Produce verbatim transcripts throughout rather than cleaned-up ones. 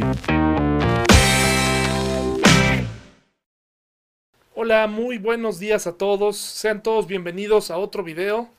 Hola, muy buenos días a todos. Sean todos bienvenidos a otro video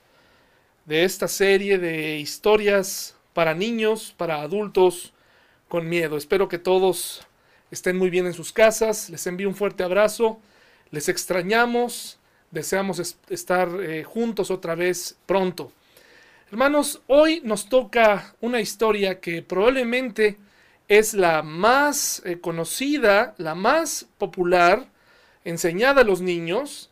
de esta serie de historias para niños, para adultos con miedo. Espero que todos estén muy bien en sus casas. Les envío un fuerte abrazo. Les extrañamos. Deseamos es- estar eh, juntos otra vez pronto. Hermanos, hoy nos toca una historia que probablemente es la más eh, conocida, la más popular, enseñada a los niños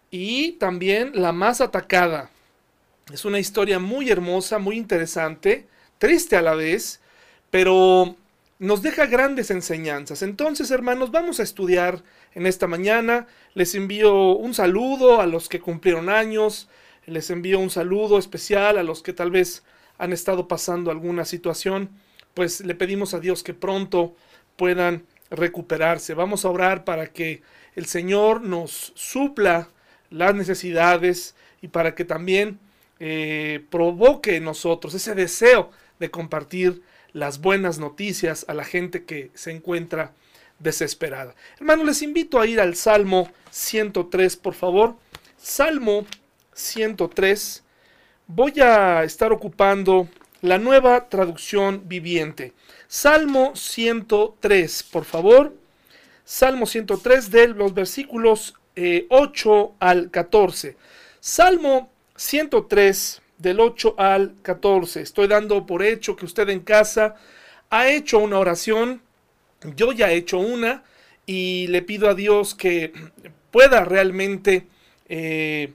y también la más atacada. Es una historia muy hermosa, muy interesante, triste a la vez, pero nos deja grandes enseñanzas. Entonces, hermanos, vamos a estudiar en esta mañana. Les envío un saludo a los que cumplieron años, les envío un saludo especial a los que tal vez han estado pasando alguna situación. Pues le pedimos a Dios que pronto puedan recuperarse. Vamos a orar para que el Señor nos supla las necesidades y para que también eh, provoque en nosotros ese deseo de compartir las buenas noticias a la gente que se encuentra desesperada. Hermanos, les invito a ir al Salmo ciento tres, por favor. Salmo ciento tres. Voy a estar ocupando la Nueva Traducción Viviente. Salmo ciento tres, por favor. Salmo ciento tres, de los versículos eh, ocho al catorce. Salmo ciento tres, del ocho al catorce. Estoy dando por hecho que usted en casa ha hecho una oración. Yo ya he hecho una y le pido a Dios que pueda realmente eh,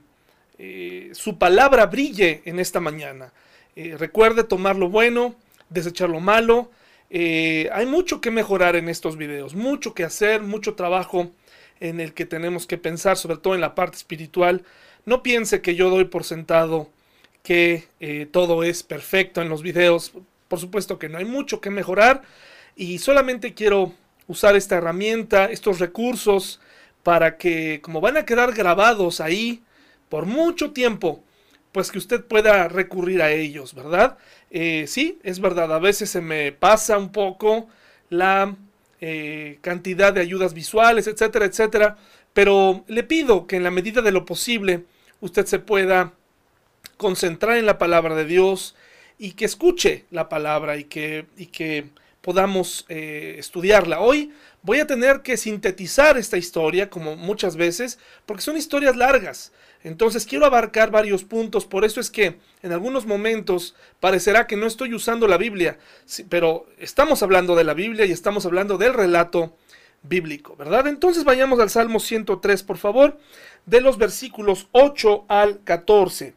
eh, su palabra brille en esta mañana. Eh, recuerde tomar lo bueno, desechar lo malo. Eh, hay mucho que mejorar en estos videos, mucho que hacer, mucho trabajo en el que tenemos que pensar, sobre todo en la parte espiritual. No piense que yo doy por sentado que eh, todo es perfecto en los videos. Por supuesto que no, hay mucho que mejorar y solamente quiero usar esta herramienta, estos recursos, para que, como van a quedar grabados ahí por mucho tiempo, pues que usted pueda recurrir a ellos, ¿verdad? Eh, sí, es verdad, a veces se me pasa un poco la eh, cantidad de ayudas visuales, etcétera, etcétera, pero le pido que en la medida de lo posible usted se pueda concentrar en la palabra de Dios y que escuche la palabra y que, y que podamos eh, estudiarla. Hoy voy a tener que sintetizar esta historia, como muchas veces, porque son historias largas. Entonces quiero abarcar varios puntos, por eso es que en algunos momentos parecerá que no estoy usando la Biblia, pero estamos hablando de la Biblia y estamos hablando del relato bíblico, ¿verdad? Entonces vayamos al Salmo ciento tres, por favor, de los versículos ocho al catorce.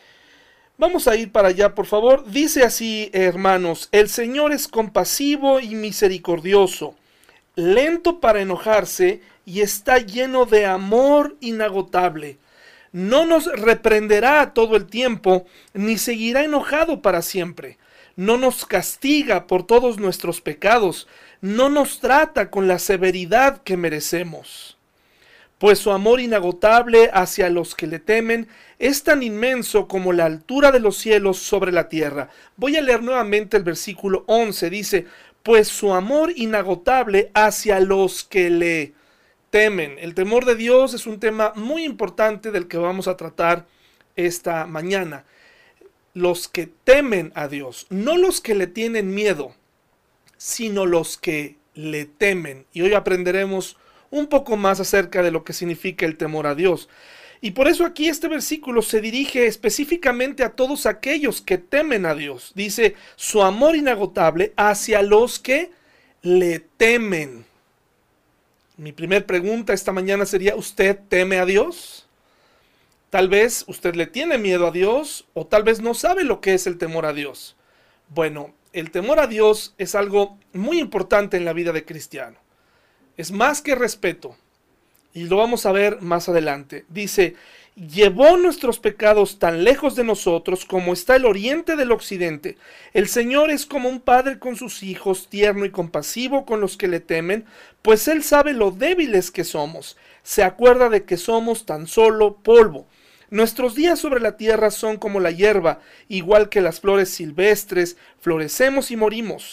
Vamos a ir para allá, por favor. Dice así, hermanos: el Señor es compasivo y misericordioso, lento para enojarse y está lleno de amor inagotable. No nos reprenderá todo el tiempo, ni seguirá enojado para siempre. No nos castiga por todos nuestros pecados, no nos trata con la severidad que merecemos. Pues su amor inagotable hacia los que le temen es tan inmenso como la altura de los cielos sobre la tierra. Voy a leer nuevamente el versículo once, dice: pues su amor inagotable hacia los que le temen. El temor de Dios es un tema muy importante del que vamos a tratar esta mañana. Los que temen a Dios, no los que le tienen miedo, sino los que le temen. Y hoy aprenderemos un poco más acerca de lo que significa el temor a Dios. Y por eso aquí este versículo se dirige específicamente a todos aquellos que temen a Dios. Dice: su amor inagotable hacia los que le temen. Mi primer pregunta esta mañana sería: ¿usted teme a Dios? Tal vez usted le tiene miedo a Dios, o tal vez no sabe lo que es el temor a Dios. Bueno, el temor a Dios es algo muy importante en la vida de cristiano. Es más que respeto, y lo vamos a ver más adelante. Dice: llevó nuestros pecados tan lejos de nosotros como está el oriente del occidente. El Señor es como un padre con sus hijos, tierno y compasivo con los que le temen, pues Él sabe lo débiles que somos. Se acuerda de que somos tan solo polvo. Nuestros días sobre la tierra son como la hierba, igual que las flores silvestres, florecemos y morimos.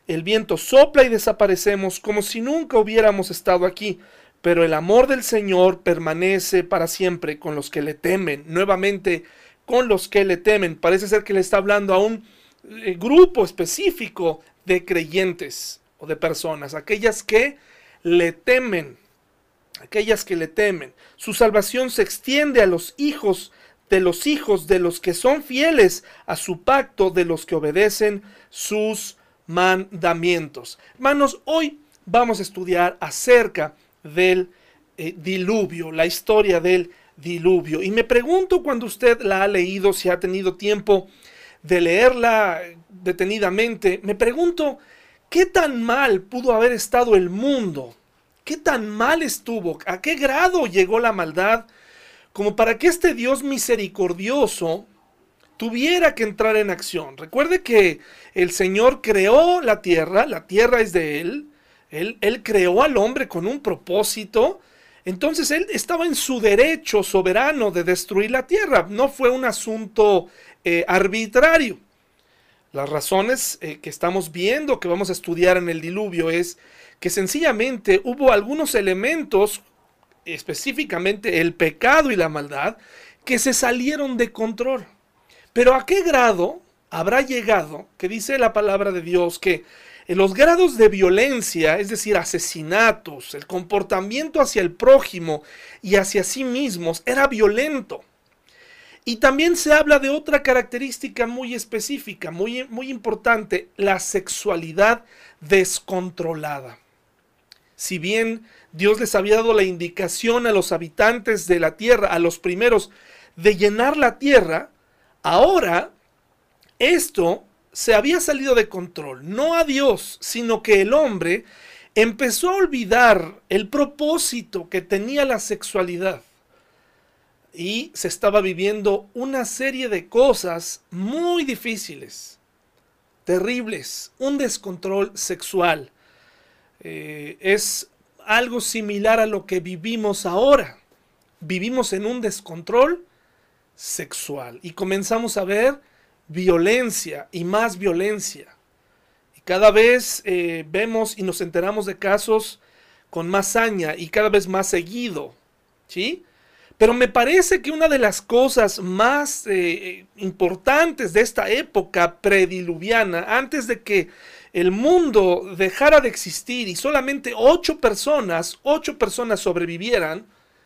el viento sopla y desaparecemos como si nunca hubiéramos estado aquí. Pero el amor del Señor permanece para siempre con los que le temen. Nuevamente, con los que le temen. Parece ser que le está hablando a un eh, grupo específico de creyentes o de personas. Aquellas que le temen. Aquellas que le temen. Su salvación se extiende a los hijos de los hijos de los que son fieles a su pacto, de los que obedecen sus mandamientos. Hermanos, hoy vamos a estudiar acerca del eh, diluvio, la historia del diluvio. Y me pregunto, cuando usted la ha leído, si ha tenido tiempo de leerla detenidamente, me pregunto, ¿qué tan mal pudo haber estado el mundo? ¿Qué tan mal estuvo? ¿A qué grado llegó la maldad? Como para que este Dios misericordioso tuviera que entrar en acción. Recuerde que el Señor creó la tierra, la tierra es de Él, Él, él creó al hombre con un propósito, entonces Él estaba en su derecho soberano de destruir la tierra, no fue un asunto eh, arbitrario. Las razones eh, que estamos viendo, que vamos a estudiar en el diluvio, es que sencillamente hubo algunos elementos, específicamente el pecado y la maldad, que se salieron de control. Pero ¿a qué grado habrá llegado, que dice la palabra de Dios, que en los grados de violencia, es decir, asesinatos, el comportamiento hacia el prójimo y hacia sí mismos era violento? Y también se habla de otra característica muy específica, muy, muy importante, la sexualidad descontrolada. Si bien Dios les había dado la indicación a los habitantes de la tierra, a los primeros, de llenar la tierra, ahora esto se había salido de control. No a Dios, sino que el hombre empezó a olvidar el propósito que tenía la sexualidad. Y se estaba viviendo una serie de cosas muy difíciles, terribles, un descontrol sexual. Eh, es algo similar a lo que vivimos ahora. Vivimos en un descontrol sexual y comenzamos a ver violencia y más violencia. Y cada vez eh, vemos y nos enteramos de casos con más saña y cada vez más seguido, ¿sí? Pero me parece que una de las cosas más eh, importantes de esta época prediluviana, antes de que el mundo dejara de existir y solamente ocho personas, ocho personas sobrevivieran,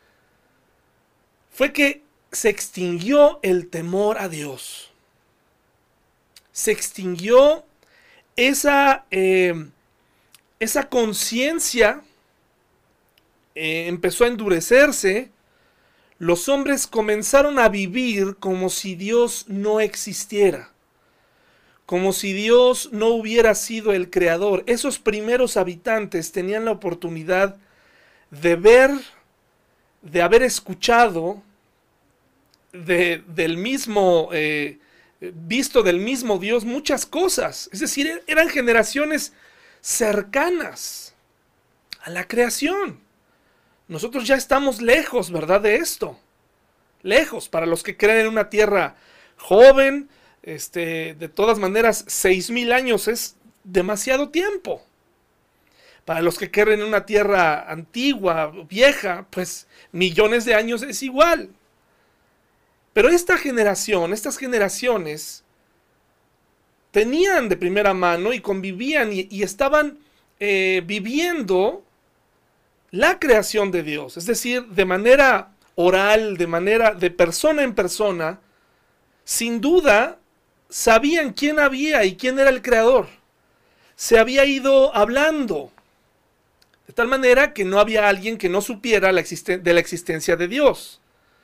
fue que se extinguió el temor a Dios. Se extinguió esa, eh, esa conciencia, eh, empezó a endurecerse. Los hombres comenzaron a vivir como si Dios no existiera, como si Dios no hubiera sido el creador. Esos primeros habitantes tenían la oportunidad de ver, de haber escuchado, de, del mismo, eh, visto del mismo Dios muchas cosas. Es decir, eran generaciones cercanas a la creación. Nosotros ya estamos lejos, ¿verdad?, de esto. Lejos, para los que creen en una tierra joven, este, de todas maneras, seis mil años es demasiado tiempo. Para los que creen en una tierra antigua, vieja, pues millones de años es igual. Pero esta generación, estas generaciones, tenían de primera mano y convivían y, y estaban eh, viviendo la creación de Dios, es decir, de manera oral, de manera de persona en persona. Sin duda sabían quién había y quién era el creador. Se había ido hablando, de tal manera que no había alguien que no supiera la existen- de la existencia de Dios.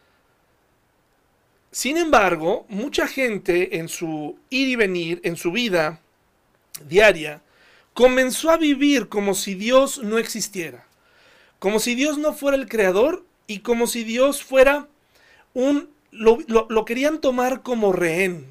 Sin embargo, mucha gente en su ir y venir, en su vida diaria, comenzó a vivir como si Dios no existiera. Como si Dios no fuera el creador y como si Dios fuera un... Lo, lo, lo querían tomar como rehén.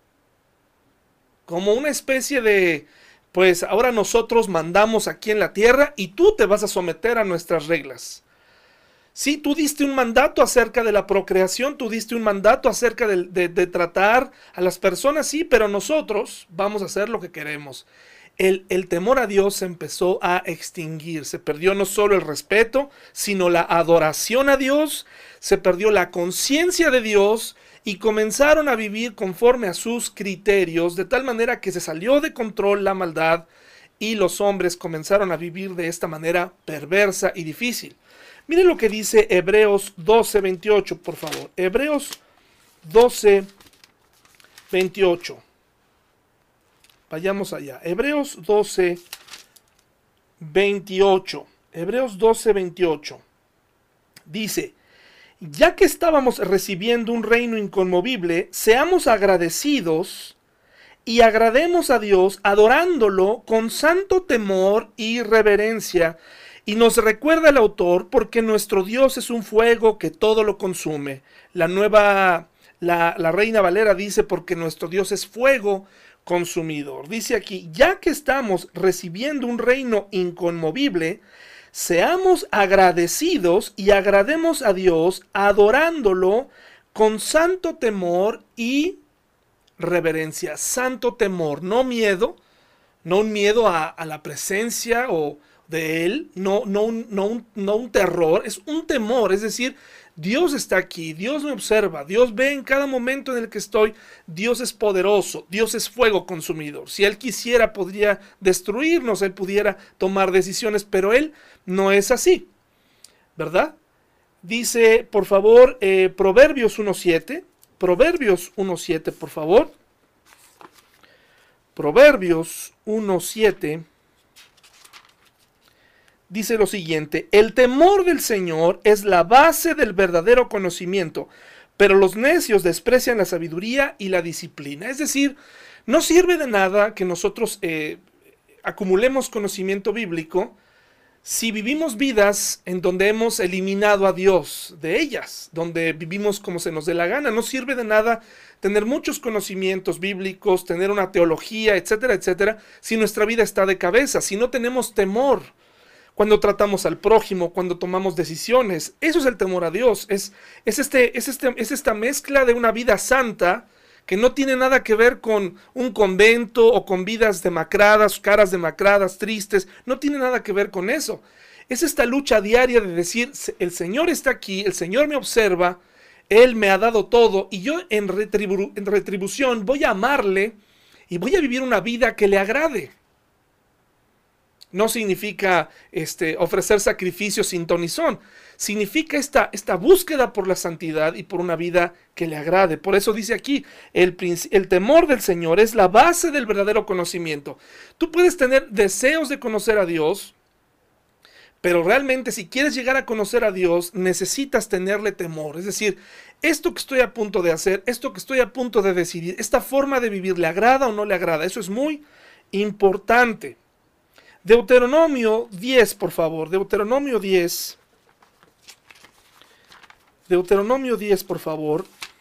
Como una especie de... Pues ahora nosotros mandamos aquí en la tierra y tú te vas a someter a nuestras reglas. Sí, tú diste un mandato acerca de la procreación, tú diste un mandato acerca de, de, de tratar a las personas, sí, pero nosotros vamos a hacer lo que queremos. el, el temor a Dios se empezó a extinguir. Se perdió no solo el respeto, sino la adoración a Dios, se perdió la conciencia de Dios y comenzaron a vivir conforme a sus criterios, de tal manera que se salió de control la maldad y los hombres comenzaron a vivir de esta manera perversa y difícil. Miren lo que dice Hebreos doce veintiocho, por favor. Hebreos doce veintiocho. Vayamos allá. Hebreos doce veintiocho. Hebreos doce veintiocho. Dice: ya que estábamos recibiendo un reino inconmovible, seamos agradecidos y agrademos a Dios adorándolo con santo temor y reverencia. Y nos recuerda el autor, porque nuestro Dios es un fuego que todo lo consume. La nueva, la, la Reina Valera dice, porque nuestro Dios es fuego consumidor. Dice aquí, ya que estamos recibiendo un reino inconmovible, seamos agradecidos y agrademos a Dios adorándolo con santo temor y reverencia. Santo temor, no miedo, no un miedo a, a la presencia o de Él, no, no, un, no, un, no un terror, es un temor, es decir, Dios está aquí, Dios me observa, Dios ve en cada momento en el que estoy, Dios es poderoso, Dios es fuego consumidor. Si Él quisiera podría destruirnos, Él pudiera tomar decisiones, pero Él no es así, ¿verdad? Dice, por favor, eh, Proverbios uno siete, Proverbios uno siete, por favor. Proverbios uno siete. Dice lo siguiente: el temor del Señor es la base del verdadero conocimiento, pero los necios desprecian la sabiduría y la disciplina. Es decir, no sirve de nada que nosotros eh, acumulemos conocimiento bíblico si vivimos vidas en donde hemos eliminado a Dios de ellas, donde vivimos como se nos dé la gana. No sirve de nada tener muchos conocimientos bíblicos, tener una teología, etcétera, etcétera, si nuestra vida está de cabeza, si no tenemos temor cuando tratamos al prójimo, cuando tomamos decisiones. Eso es el temor a Dios, es, es, este, es, este, es esta mezcla de una vida santa que no tiene nada que ver con un convento o con vidas demacradas, caras demacradas, tristes, no tiene nada que ver con eso. Es esta lucha diaria de decir, el Señor está aquí, el Señor me observa, Él me ha dado todo y yo en, retribu en retribución voy a amarle y voy a vivir una vida que le agrade. No significa este, ofrecer sacrificios sin ton ni son. Significa esta, esta búsqueda por la santidad y por una vida que le agrade. Por eso dice aquí, el, el temor del Señor es la base del verdadero conocimiento. Tú puedes tener deseos de conocer a Dios, pero realmente si quieres llegar a conocer a Dios, necesitas tenerle temor. Es decir, esto que estoy a punto de hacer, esto que estoy a punto de decidir, esta forma de vivir, ¿le agrada o no le agrada? Eso es muy importante. Deuteronomio diez, por favor. Deuteronomio diez. Deuteronomio diez, por favor.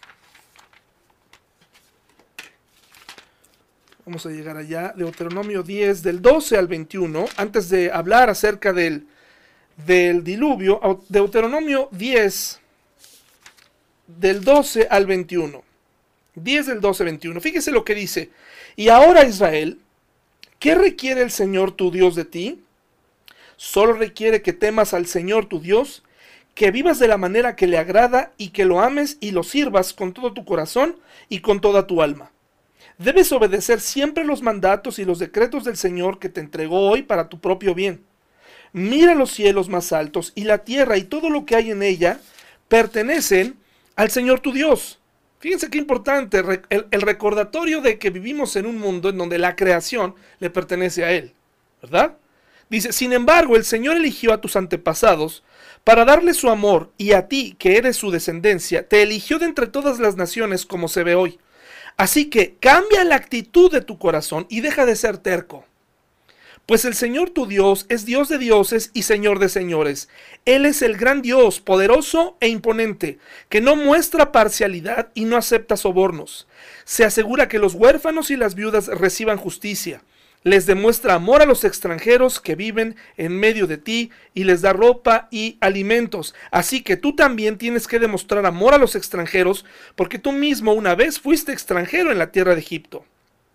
Vamos a llegar allá. Deuteronomio diez, del doce al veintiuno. Antes de hablar acerca del, del diluvio. Deuteronomio diez, del doce al veintiuno. diez del doce al veintiuno. Fíjese lo que dice. Y ahora, Israel, ¿qué requiere el Señor tu Dios de ti? Solo requiere que temas al Señor tu Dios, que vivas de la manera que le agrada y que lo ames y lo sirvas con todo tu corazón y con toda tu alma. Debes obedecer siempre los mandatos y los decretos del Señor que te entregó hoy para tu propio bien. Mira los cielos más altos y la tierra y todo lo que hay en ella pertenecen al Señor tu Dios. Fíjense qué importante el, el recordatorio de que vivimos en un mundo en donde la creación le pertenece a Él, ¿verdad? Dice, sin embargo, el Señor eligió a tus antepasados para darle su amor, y a ti, que eres su descendencia, te eligió de entre todas las naciones como se ve hoy. Así que cambia la actitud de tu corazón y deja de ser terco. Pues el Señor tu Dios es Dios de dioses y Señor de señores. Él es el gran Dios, poderoso e imponente, que no muestra parcialidad y no acepta sobornos. Se asegura que los huérfanos y las viudas reciban justicia. Les demuestra amor a los extranjeros que viven en medio de ti y les da ropa y alimentos. Así que tú también tienes que demostrar amor a los extranjeros, porque tú mismo una vez fuiste extranjero en la tierra de Egipto.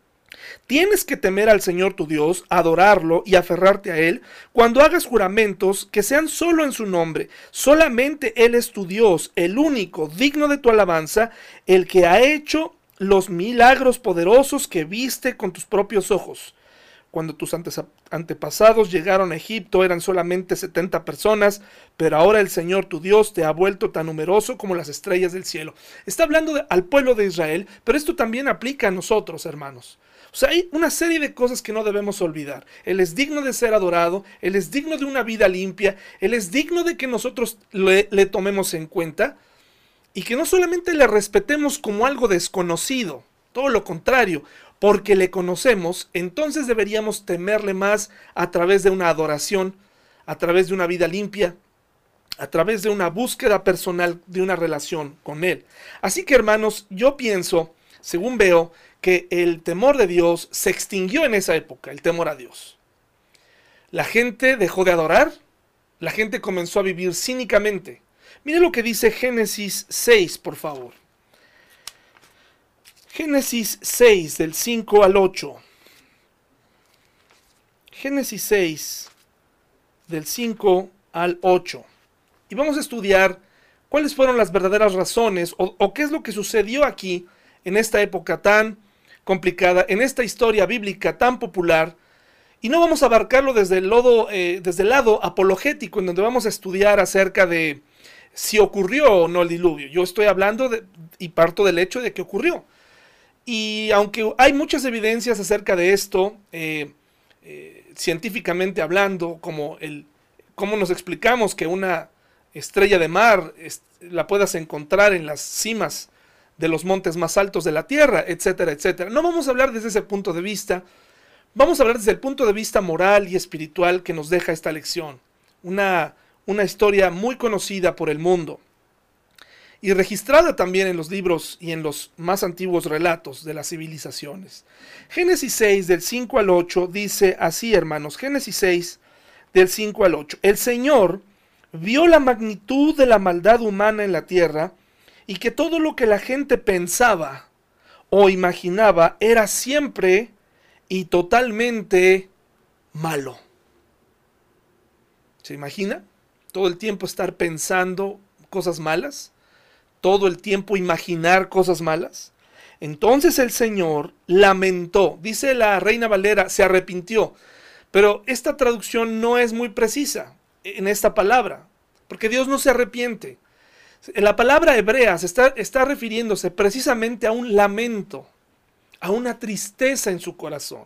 Tienes que temer al Señor tu Dios, adorarlo y aferrarte a Él cuando hagas juramentos que sean solo en su nombre. Solamente Él es tu Dios, el único, digno de tu alabanza, el que ha hecho los milagros poderosos que viste con tus propios ojos. Cuando tus antepasados llegaron a Egipto eran solamente setenta personas, pero ahora el Señor tu Dios te ha vuelto tan numeroso como las estrellas del cielo. Está hablando de, al pueblo de Israel, pero esto también aplica a nosotros, hermanos. O sea, hay una serie de cosas que no debemos olvidar. Él es digno de ser adorado, Él es digno de una vida limpia, Él es digno de que nosotros le, le tomemos en cuenta y que no solamente le respetemos como algo desconocido, todo lo contrario, porque le conocemos, entonces deberíamos temerle más a través de una adoración, a través de una vida limpia, a través de una búsqueda personal de una relación con Él. Así que, hermanos, yo pienso, según veo, que el temor de Dios se extinguió en esa época, el temor a Dios. La gente dejó de adorar, la gente comenzó a vivir cínicamente. Mire lo que dice Génesis seis, por favor. Génesis seis, del cinco al ocho. Génesis seis, del cinco al ocho. Y vamos a estudiar cuáles fueron las verdaderas razones o, o qué es lo que sucedió aquí en esta época tan complicada, en esta historia bíblica tan popular. Y no vamos a abarcarlo desde el, lodo, eh, desde el lado apologético, en donde vamos a estudiar acerca de si ocurrió o no el diluvio. Yo estoy hablando de, y parto del hecho de que ocurrió. Y aunque hay muchas evidencias acerca de esto, eh, eh, científicamente hablando, como el, cómo nos explicamos que una estrella de mar es, la puedas encontrar en las cimas de los montes más altos de la Tierra, etcétera, etcétera. No vamos a hablar desde ese punto de vista, vamos a hablar desde el punto de vista moral y espiritual que nos deja esta lección. Una, una historia muy conocida por el mundo y registrada también en los libros y en los más antiguos relatos de las civilizaciones. Génesis seis, del cinco al ocho, dice así, hermanos, Génesis seis, del cinco al ocho. El Señor vio la magnitud de la maldad humana en la tierra y que todo lo que la gente pensaba o imaginaba era siempre y totalmente malo. ¿Se imagina? Todo el tiempo estar pensando cosas malas. Todo el tiempo imaginar cosas malas. Entonces el Señor lamentó, dice la Reina Valera, se arrepintió, pero esta traducción no es muy precisa en esta palabra, porque Dios no se arrepiente. La palabra hebrea se está, está refiriéndose precisamente a un lamento, a una tristeza en su corazón,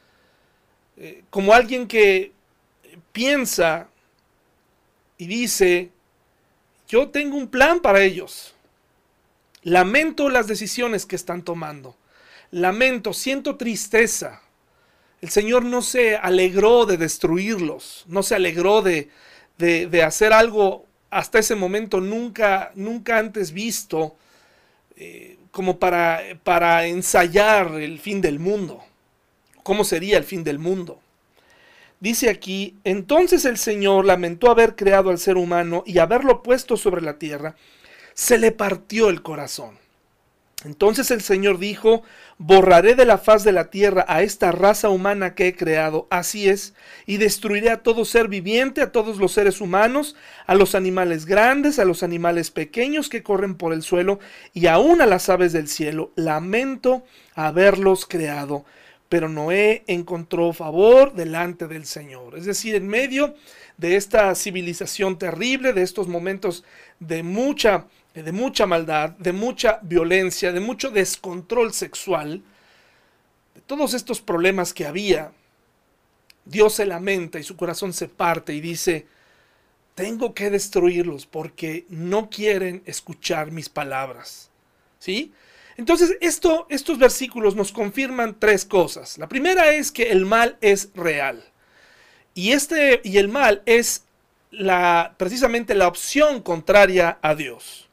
eh, como alguien que piensa y dice, yo tengo un plan para ellos. Lamento las decisiones que están tomando. Lamento, siento tristeza. El Señor no se alegró de destruirlos, no se alegró de, de, de hacer algo hasta ese momento nunca, nunca antes visto, eh, como para, para ensayar el fin del mundo. ¿Cómo sería el fin del mundo? Dice aquí, entonces el Señor lamentó haber creado al ser humano y haberlo puesto sobre la tierra. Se le partió el corazón. Entonces el Señor dijo, borraré de la faz de la tierra a esta raza humana que he creado, así es, y destruiré a todo ser viviente, a todos los seres humanos, a los animales grandes, a los animales pequeños que corren por el suelo, y aún a las aves del cielo. Lamento haberlos creado. Pero Noé encontró favor delante del Señor. Es decir, en medio de esta civilización terrible, de estos momentos de mucha, de mucha maldad, de mucha violencia, de mucho descontrol sexual, de todos estos problemas que había, Dios se lamenta y su corazón se parte y dice, tengo que destruirlos porque no quieren escuchar mis palabras. ¿Sí? Entonces, esto, estos versículos nos confirman tres cosas. La primera es que el mal es real. Y, este, y el mal es la, precisamente la opción contraria a Dios.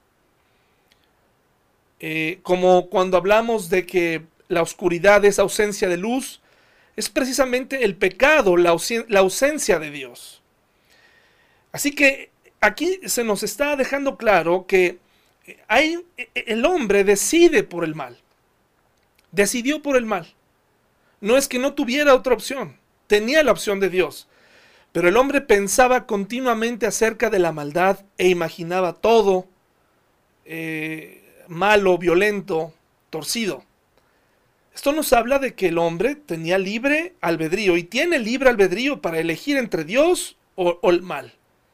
Eh, como cuando hablamos de que la oscuridad es ausencia de luz, es precisamente el pecado, la, la ausencia de Dios. Así que aquí se nos está dejando claro que hay, el hombre decide por el mal, decidió por el mal. No es que no tuviera otra opción, tenía la opción de Dios. Pero el hombre pensaba continuamente acerca de la maldad e imaginaba todo eh, malo, violento, torcido. Esto nos habla de que el hombre tenía libre albedrío y tiene libre albedrío para elegir entre Dios o, o el mal.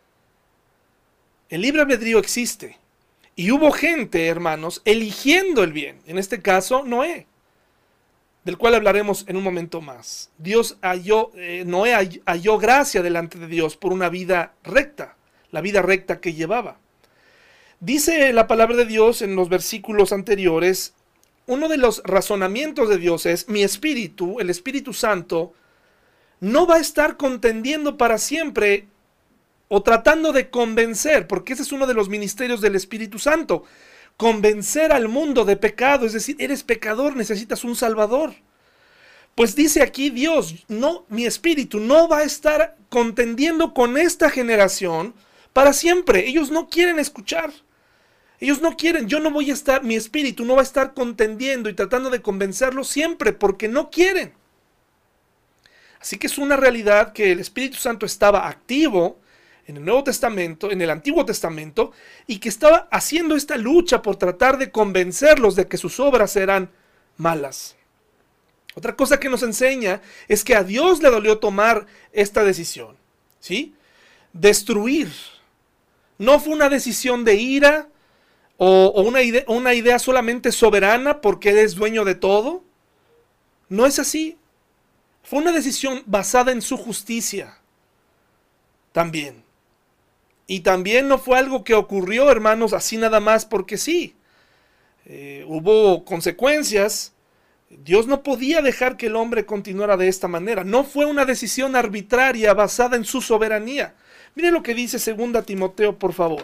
El libre albedrío existe. Y hubo gente, hermanos, eligiendo el bien. En este caso, Noé, del cual hablaremos en un momento más. Dios halló, eh, Noé halló gracia delante de Dios por una vida recta, la vida recta que llevaba. Dice la palabra de Dios en los versículos anteriores, uno de los razonamientos de Dios es, mi espíritu, el Espíritu Santo, no va a estar contendiendo para siempre o tratando de convencer, porque ese es uno de los ministerios del Espíritu Santo, convencer al mundo de pecado, es decir, eres pecador, necesitas un salvador. Pues dice aquí Dios, no, mi espíritu no va a estar contendiendo con esta generación para siempre. Ellos no quieren escuchar. Ellos no quieren, yo no voy a estar, mi espíritu no va a estar contendiendo y tratando de convencerlos siempre porque no quieren. Así que es una realidad que el Espíritu Santo estaba activo en el Nuevo Testamento, en el Antiguo Testamento, y que estaba haciendo esta lucha por tratar de convencerlos de que sus obras eran malas. Otra cosa que nos enseña es que a Dios le dolió tomar esta decisión, ¿sí? Destruir. No fue una decisión de ira o, o una, idea, una idea solamente soberana porque Él es dueño de todo. No es así. Fue una decisión basada en su justicia. También. Y también no fue algo que ocurrió, hermanos, así nada más porque sí. Eh, hubo consecuencias. Dios no podía dejar que el hombre continuara de esta manera. No fue una decisión arbitraria basada en su soberanía. Miren lo que dice segunda Timoteo, por favor.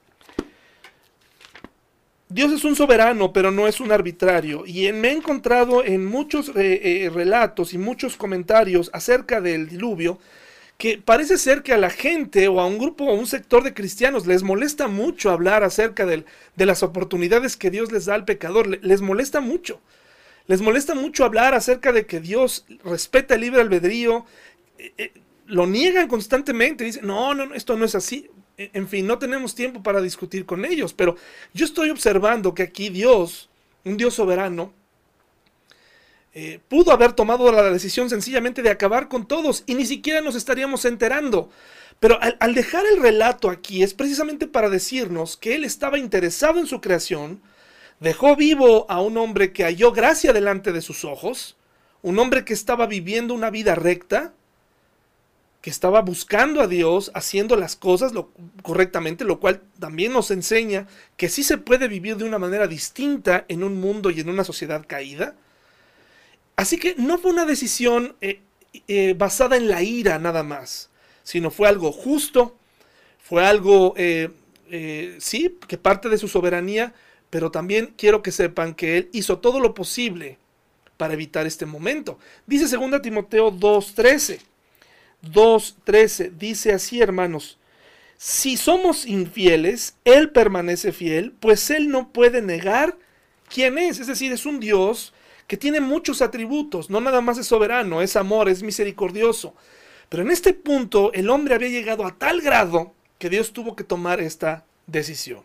Dios es un soberano, pero no es un arbitrario. Y me he encontrado en muchos eh, eh, relatos y muchos comentarios acerca del diluvio, que parece ser que a la gente o a un grupo o a un sector de cristianos les molesta mucho hablar acerca del, de las oportunidades que Dios les da al pecador. Les molesta mucho. Les molesta mucho hablar acerca de que Dios respeta el libre albedrío. Eh, eh, lo niegan constantemente. Dicen, no, no, esto no es así. En fin, no tenemos tiempo para discutir con ellos, pero yo estoy observando que aquí Dios, un Dios soberano, eh, pudo haber tomado la decisión sencillamente de acabar con todos y ni siquiera nos estaríamos enterando. Pero al, al dejar el relato aquí es precisamente para decirnos que Él estaba interesado en su creación, dejó vivo a un hombre que halló gracia delante de sus ojos, un hombre que estaba viviendo una vida recta, que estaba buscando a Dios, haciendo las cosas lo, correctamente, lo cual también nos enseña que sí se puede vivir de una manera distinta en un mundo y en una sociedad caída. Así que no fue una decisión eh, eh, basada en la ira nada más, sino fue algo justo, fue algo, eh, eh, sí, que parte de su soberanía, pero también quiero que sepan que Él hizo todo lo posible para evitar este momento. Dice segunda Timoteo dos trece. dos trece dice así, hermanos, si somos infieles, Él permanece fiel, pues Él no puede negar quién es, es decir, es un Dios que tiene muchos atributos, no nada más es soberano, es amor, es misericordioso, pero en este punto el hombre había llegado a tal grado que Dios tuvo que tomar esta decisión.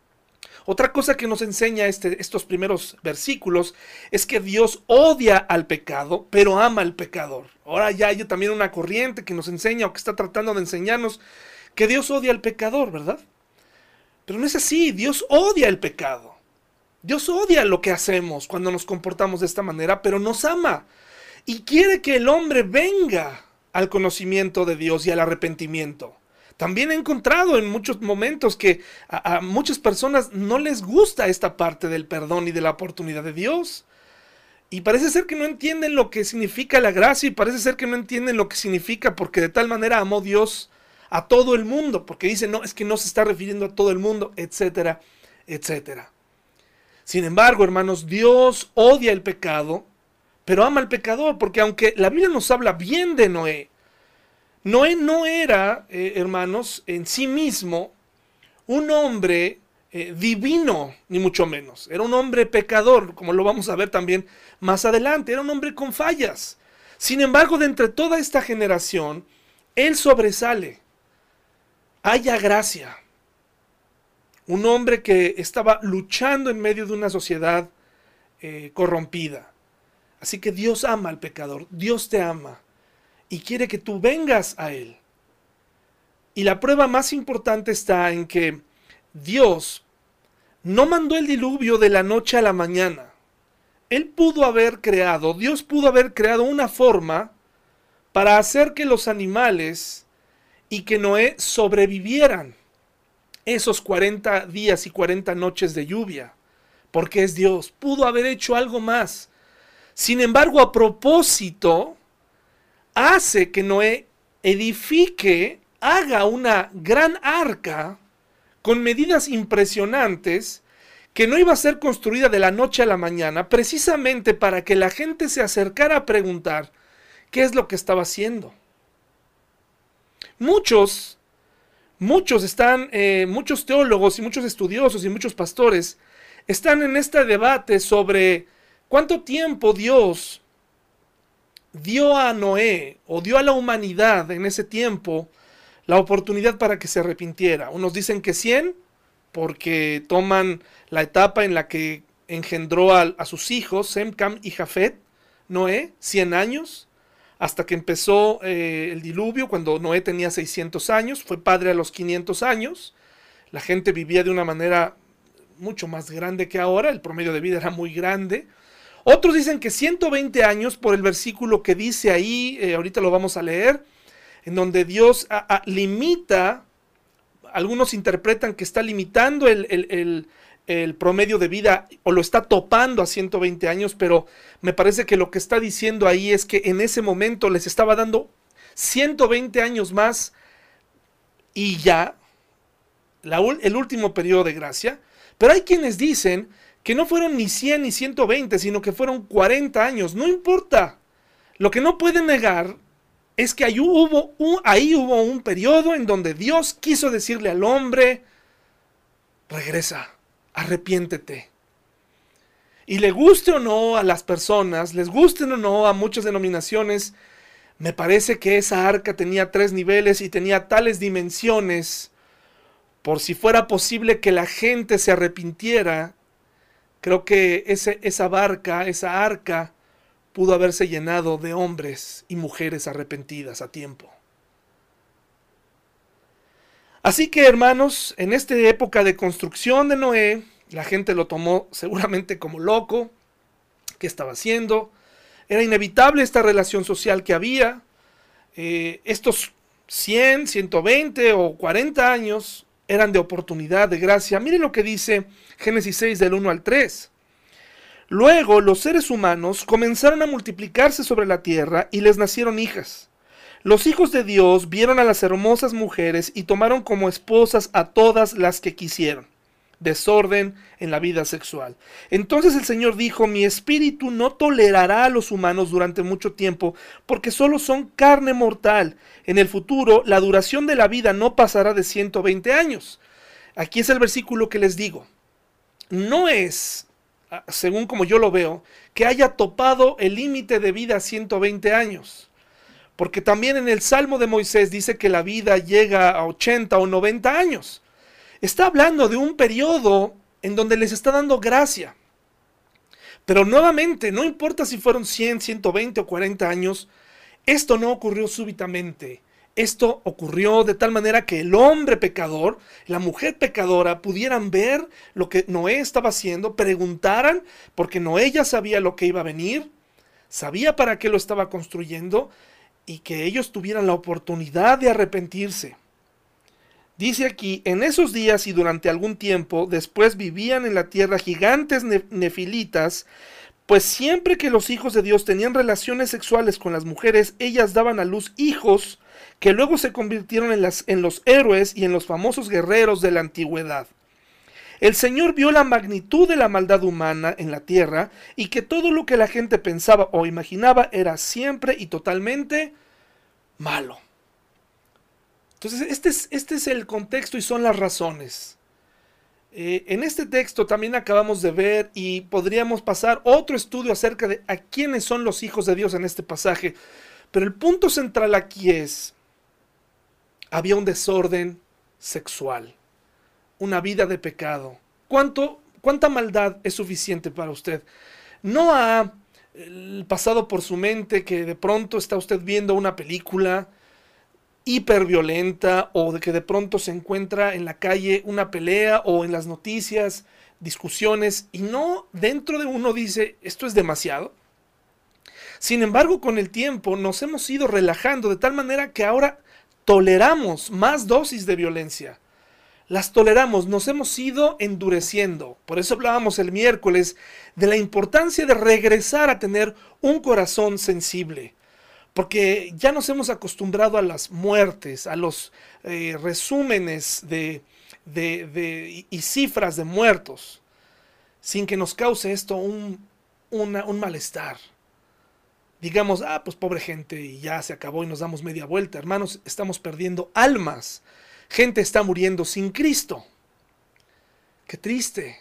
Otra cosa que nos enseña este, estos primeros versículos es que Dios odia al pecado, pero ama al pecador. Ahora ya hay también una corriente que nos enseña o que está tratando de enseñarnos que Dios odia al pecador, ¿verdad? Pero no es así, Dios odia el pecado. Dios odia lo que hacemos cuando nos comportamos de esta manera, pero nos ama y quiere que el hombre venga al conocimiento de Dios y al arrepentimiento. También he encontrado en muchos momentos que a, a muchas personas no les gusta esta parte del perdón y de la oportunidad de Dios. Y parece ser que no entienden lo que significa la gracia y parece ser que no entienden lo que significa porque de tal manera amó Dios a todo el mundo. Porque dicen, no, es que no se está refiriendo a todo el mundo, etcétera, etcétera. Sin embargo, hermanos, Dios odia el pecado, pero ama al pecador. Porque aunque la Biblia nos habla bien de Noé, Noé no era, eh, hermanos, en sí mismo un hombre eh, divino, ni mucho menos. Era un hombre pecador, como lo vamos a ver también más adelante. Era un hombre con fallas. Sin embargo, de entre toda esta generación, él sobresale. Haya gracia. Un hombre que estaba luchando en medio de una sociedad eh, corrompida. Así que Dios ama al pecador, Dios te ama y quiere que tú vengas a Él. Y la prueba más importante está en que Dios no mandó el diluvio de la noche a la mañana. Él pudo haber creado, Dios pudo haber creado una forma para hacer que los animales y que Noé sobrevivieran esos cuarenta días y cuarenta noches de lluvia, porque es Dios. Pudo haber hecho algo más. Sin embargo, a propósito, hace que Noé edifique, haga una gran arca con medidas impresionantes que no iba a ser construida de la noche a la mañana, precisamente para que la gente se acercara a preguntar qué es lo que estaba haciendo. Muchos, muchos están, eh, muchos teólogos y muchos estudiosos y muchos pastores están en este debate sobre cuánto tiempo Dios dio a Noé o dio a la humanidad en ese tiempo la oportunidad para que se arrepintiera. Unos dicen que cien, porque toman la etapa en la que engendró a, a sus hijos, Sem, Cam y Jafet, Noé, cien años, hasta que empezó eh, el diluvio, cuando Noé tenía seiscientos años, fue padre a los quinientos años, la gente vivía de una manera mucho más grande que ahora, el promedio de vida era muy grande. Otros dicen que ciento veinte años por el versículo que dice ahí, eh, ahorita lo vamos a leer, en donde Dios a, a, limita, algunos interpretan que está limitando el, el, el, el promedio de vida o lo está topando a ciento veinte años, pero me parece que lo que está diciendo ahí es que en ese momento les estaba dando ciento veinte años más y ya, la, el último periodo de gracia. Pero hay quienes dicen que no fueron ni cien ni ciento veinte, sino que fueron cuarenta años. No importa. Lo que no pueden negar es que ahí hubo, un, ahí hubo un periodo en donde Dios quiso decirle al hombre, regresa, arrepiéntete. Y le guste o no a las personas, les gusten o no a muchas denominaciones, me parece que esa arca tenía tres niveles y tenía tales dimensiones, por si fuera posible que la gente se arrepintiera. Creo que ese, esa barca, esa arca, pudo haberse llenado de hombres y mujeres arrepentidas a tiempo. Así que, hermanos, en esta época de construcción de Noé, la gente lo tomó seguramente como loco. ¿Qué estaba haciendo? Era inevitable esta relación social que había. Eh, estos cien, ciento veinte o cuarenta años eran de oportunidad, de gracia. Miren lo que dice Génesis seis del uno al tres. Luego los seres humanos comenzaron a multiplicarse sobre la tierra y les nacieron hijas. Los hijos de Dios vieron a las hermosas mujeres y tomaron como esposas a todas las que quisieron. Desorden en la vida sexual. Entonces el Señor dijo, mi espíritu no tolerará a los humanos durante mucho tiempo, porque solo son carne mortal. En el futuro, la duración de la vida no pasará de ciento veinte años. Aquí es el versículo que les digo. No es, según como yo lo veo, que haya topado el límite de vida a ciento veinte años. Porque también en el Salmo de Moisés dice que la vida llega a ochenta o noventa años. Está hablando de un periodo en donde les está dando gracia. Pero nuevamente, no importa si fueron cien, ciento veinte o cuarenta años, esto no ocurrió súbitamente. Esto ocurrió de tal manera que el hombre pecador, la mujer pecadora, pudieran ver lo que Noé estaba haciendo, preguntaran, porque Noé ya sabía lo que iba a venir, sabía para qué lo estaba construyendo, y que ellos tuvieran la oportunidad de arrepentirse. Dice aquí, en esos días y durante algún tiempo, después vivían en la tierra gigantes nefilitas, pues siempre que los hijos de Dios tenían relaciones sexuales con las mujeres, ellas daban a luz hijos que luego se convirtieron en, las, en los héroes y en los famosos guerreros de la antigüedad. El Señor vio la magnitud de la maldad humana en la tierra y que todo lo que la gente pensaba o imaginaba era siempre y totalmente malo. Entonces, este es, este es el contexto y son las razones. Eh, en este texto también acabamos de ver y podríamos pasar otro estudio acerca de a quiénes son los hijos de Dios en este pasaje. Pero el punto central aquí es, había un desorden sexual, una vida de pecado. ¿Cuánto, cuánta maldad es suficiente para usted? ¿No ha eh, pasado por su mente que de pronto está usted viendo una película hiperviolenta o de que de pronto se encuentra en la calle una pelea o en las noticias discusiones y no dentro de uno dice esto es demasiado? Sin embargo, con el tiempo nos hemos ido relajando de tal manera que ahora toleramos más dosis de violencia. Las toleramos, nos hemos ido endureciendo. Por eso hablábamos el miércoles de la importancia de regresar a tener un corazón sensible. Porque ya nos hemos acostumbrado a las muertes, a los eh, resúmenes de, de, de, y cifras de muertos, sin que nos cause esto un, una, un malestar. Digamos, ah, pues pobre gente, y ya se acabó y nos damos media vuelta. Hermanos, estamos perdiendo almas. Gente está muriendo sin Cristo. Qué triste.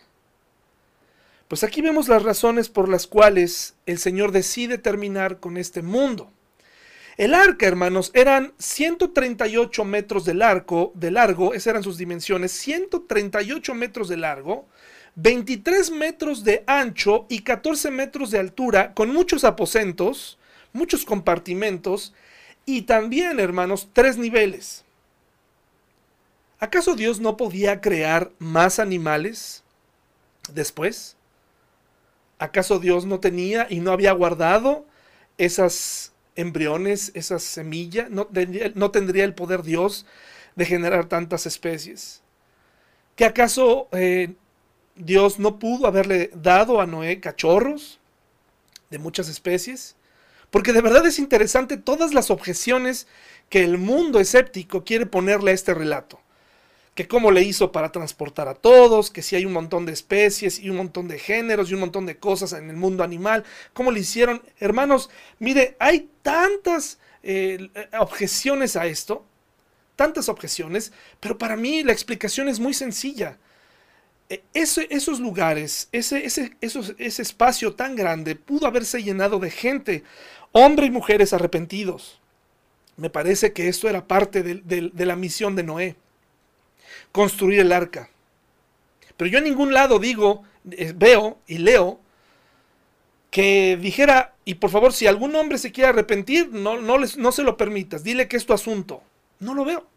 Pues aquí vemos las razones por las cuales el Señor decide terminar con este mundo. El arca, hermanos, eran ciento treinta y ocho metros de largo, de largo, esas eran sus dimensiones, ciento treinta y ocho metros de largo, veintitrés metros de ancho y catorce metros de altura, con muchos aposentos, muchos compartimentos, y también, hermanos, tres niveles. ¿Acaso Dios no podía crear más animales después? ¿Acaso Dios no tenía y no había guardado esas embriones, esas semillas? ¿No tendría, no tendría el poder Dios de generar tantas especies? ¿Que acaso eh, Dios no pudo haberle dado a Noé cachorros de muchas especies? Porque de verdad es interesante todas las objeciones que el mundo escéptico quiere ponerle a este relato. Que cómo le hizo para transportar a todos, que si hay un montón de especies y un montón de géneros y un montón de cosas en el mundo animal, cómo le hicieron. Hermanos, mire, hay tantas eh, objeciones a esto, tantas objeciones, pero para mí la explicación es muy sencilla. Ese, esos lugares, ese, ese, esos, ese espacio tan grande pudo haberse llenado de gente, hombres y mujeres arrepentidos. Me parece que esto era parte de, de, de la misión de Noé. Construir el arca. Pero yo en ningún lado digo, eh, veo y leo que dijera, y por favor, si algún hombre se quiere arrepentir, no, no, les, no se lo permitas, dile que es tu asunto. No lo veo.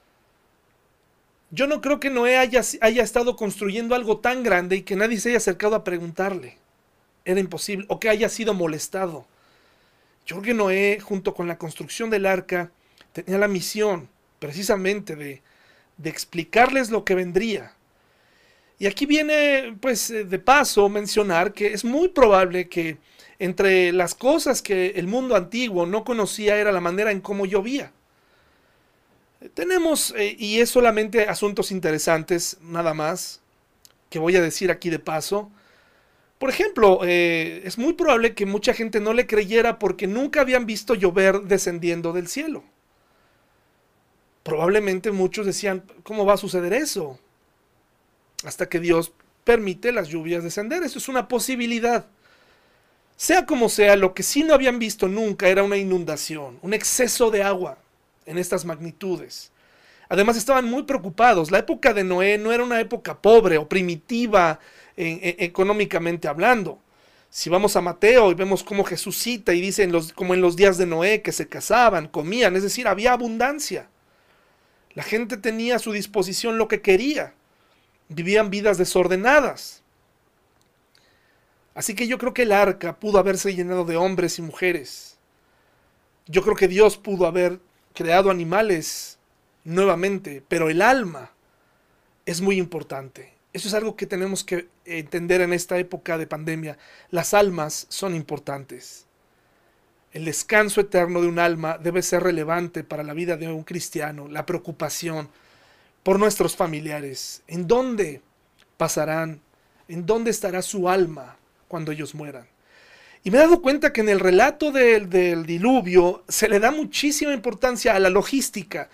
Yo no creo que Noé haya, haya estado construyendo algo tan grande y que nadie se haya acercado a preguntarle. Era imposible, o que haya sido molestado. Yo creo que Noé, junto con la construcción del arca, tenía la misión precisamente de de explicarles lo que vendría. Y aquí viene, pues, de paso mencionar que es muy probable que entre las cosas que el mundo antiguo no conocía era la manera en cómo llovía. Tenemos, eh, y es solamente asuntos interesantes, nada más, que voy a decir aquí de paso. Por ejemplo, eh, es muy probable que mucha gente no le creyera porque nunca habían visto llover descendiendo del cielo. Probablemente muchos decían, ¿cómo va a suceder eso? Hasta que Dios permite las lluvias descender. Eso es una posibilidad. Sea como sea, lo que sí no habían visto nunca era una inundación, un exceso de agua en estas magnitudes. Además estaban muy preocupados. La época de Noé no era una época pobre o primitiva eh, eh, económicamente hablando. Si vamos a Mateo y vemos cómo Jesús cita y dice en los, como en los días de Noé que se casaban, comían, es decir, había abundancia. La gente tenía a su disposición lo que quería. Vivían vidas desordenadas. Así que yo creo que el arca pudo haberse llenado de hombres y mujeres. Yo creo que Dios pudo haber creado animales nuevamente, pero el alma es muy importante. Eso es algo que tenemos que entender en esta época de pandemia. Las almas son importantes. El descanso eterno de un alma debe ser relevante para la vida de un cristiano. La preocupación por nuestros familiares. ¿En dónde pasarán? ¿En dónde estará su alma cuando ellos mueran? Y me he dado cuenta que en el relato del, del diluvio se le da muchísima importancia a la logística.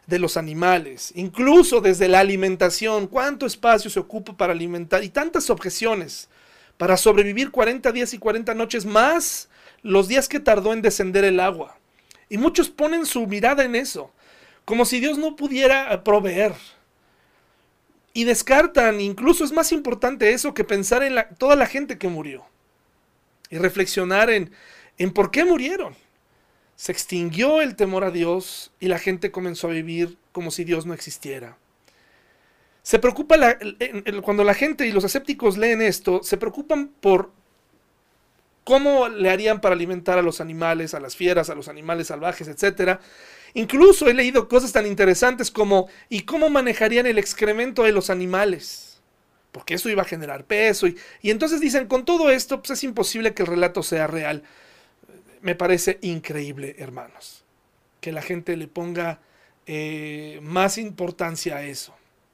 de los animales, incluso desde la alimentación, cuánto espacio se ocupa para alimentar y tantas objeciones para sobrevivir cuarenta días y cuarenta noches más los días que tardó en descender el agua. Y muchos ponen su mirada en eso, como si Dios no pudiera proveer. Y descartan, incluso es más importante eso que pensar en la, toda la gente que murió. Y reflexionar en, en por qué murieron. Se extinguió el temor a Dios y la gente comenzó a vivir como si Dios no existiera. Se preocupa la, cuando la gente y los escépticos leen esto, se preocupan por cómo le harían para alimentar a los animales, a las fieras, a los animales salvajes, etcétera. Incluso he leído cosas tan interesantes como ¿y cómo manejarían el excremento de los animales? Porque eso iba a generar peso. Y, y entonces dicen, con todo esto, pues es imposible que el relato sea real. Me parece increíble, hermanos, que la gente le ponga eh, más importancia a eso.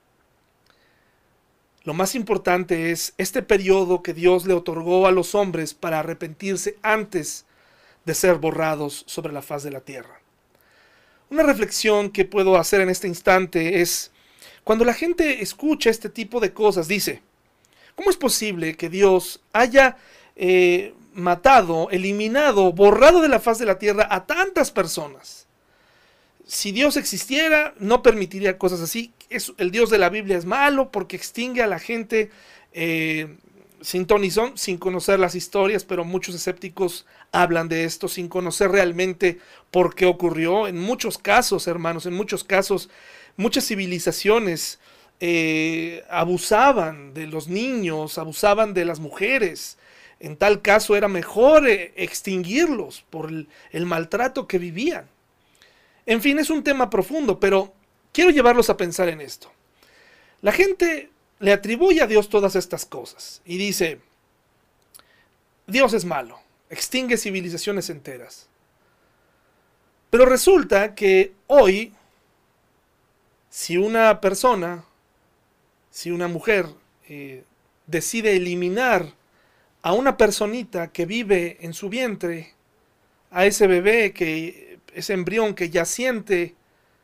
Lo más importante es este periodo que Dios le otorgó a los hombres para arrepentirse antes de ser borrados sobre la faz de la tierra. Una reflexión que puedo hacer en este instante es, cuando la gente escucha este tipo de cosas, dice, ¿cómo es posible que Dios haya eh, matado, eliminado, borrado de la faz de la tierra a tantas personas? Si Dios existiera, no permitiría cosas así. Es, el Dios de la Biblia es malo porque extingue a la gente eh, sin ton ni son, sin conocer las historias, pero muchos escépticos hablan de esto sin conocer realmente por qué ocurrió. En muchos casos, hermanos, en muchos casos, muchas civilizaciones eh, abusaban de los niños, abusaban de las mujeres. En tal caso era mejor eh, extinguirlos por el, el maltrato que vivían. En fin, es un tema profundo, pero quiero llevarlos a pensar en esto. La gente le atribuye a Dios todas estas cosas y dice, Dios es malo, extingue civilizaciones enteras. Pero resulta que hoy, si una persona, si una mujer eh, decide eliminar a una personita que vive en su vientre, a ese bebé, que ese embrión que ya siente,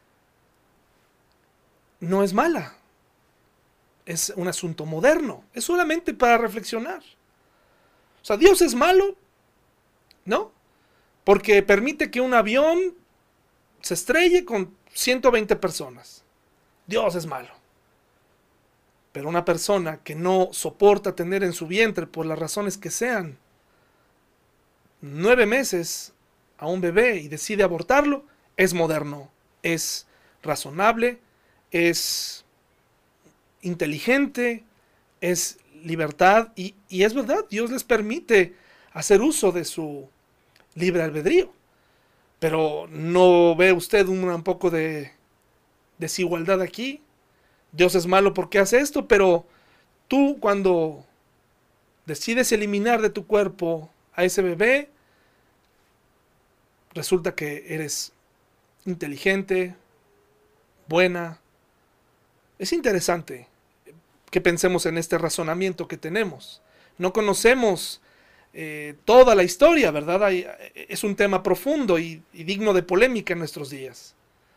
no es mala. Es un asunto moderno. Es solamente para reflexionar. O sea, Dios es malo, ¿no? Porque permite que un avión se estrelle con ciento veinte personas. Dios es malo. Pero una persona que no soporta tener en su vientre, por las razones que sean, nueve meses a un bebé y decide abortarlo, es moderno, es razonable, es inteligente, es libertad y, y es verdad, Dios les permite hacer uso de su libre albedrío. Pero ¿no ve usted un, un poco de desigualdad aquí? Dios es malo porque hace esto, pero tú cuando decides eliminar de tu cuerpo a ese bebé, resulta que eres inteligente, buena. Es interesante que pensemos en este razonamiento que tenemos. No conocemos eh, toda la historia, ¿verdad? Hay, es un tema profundo y, y digno de polémica en nuestros días.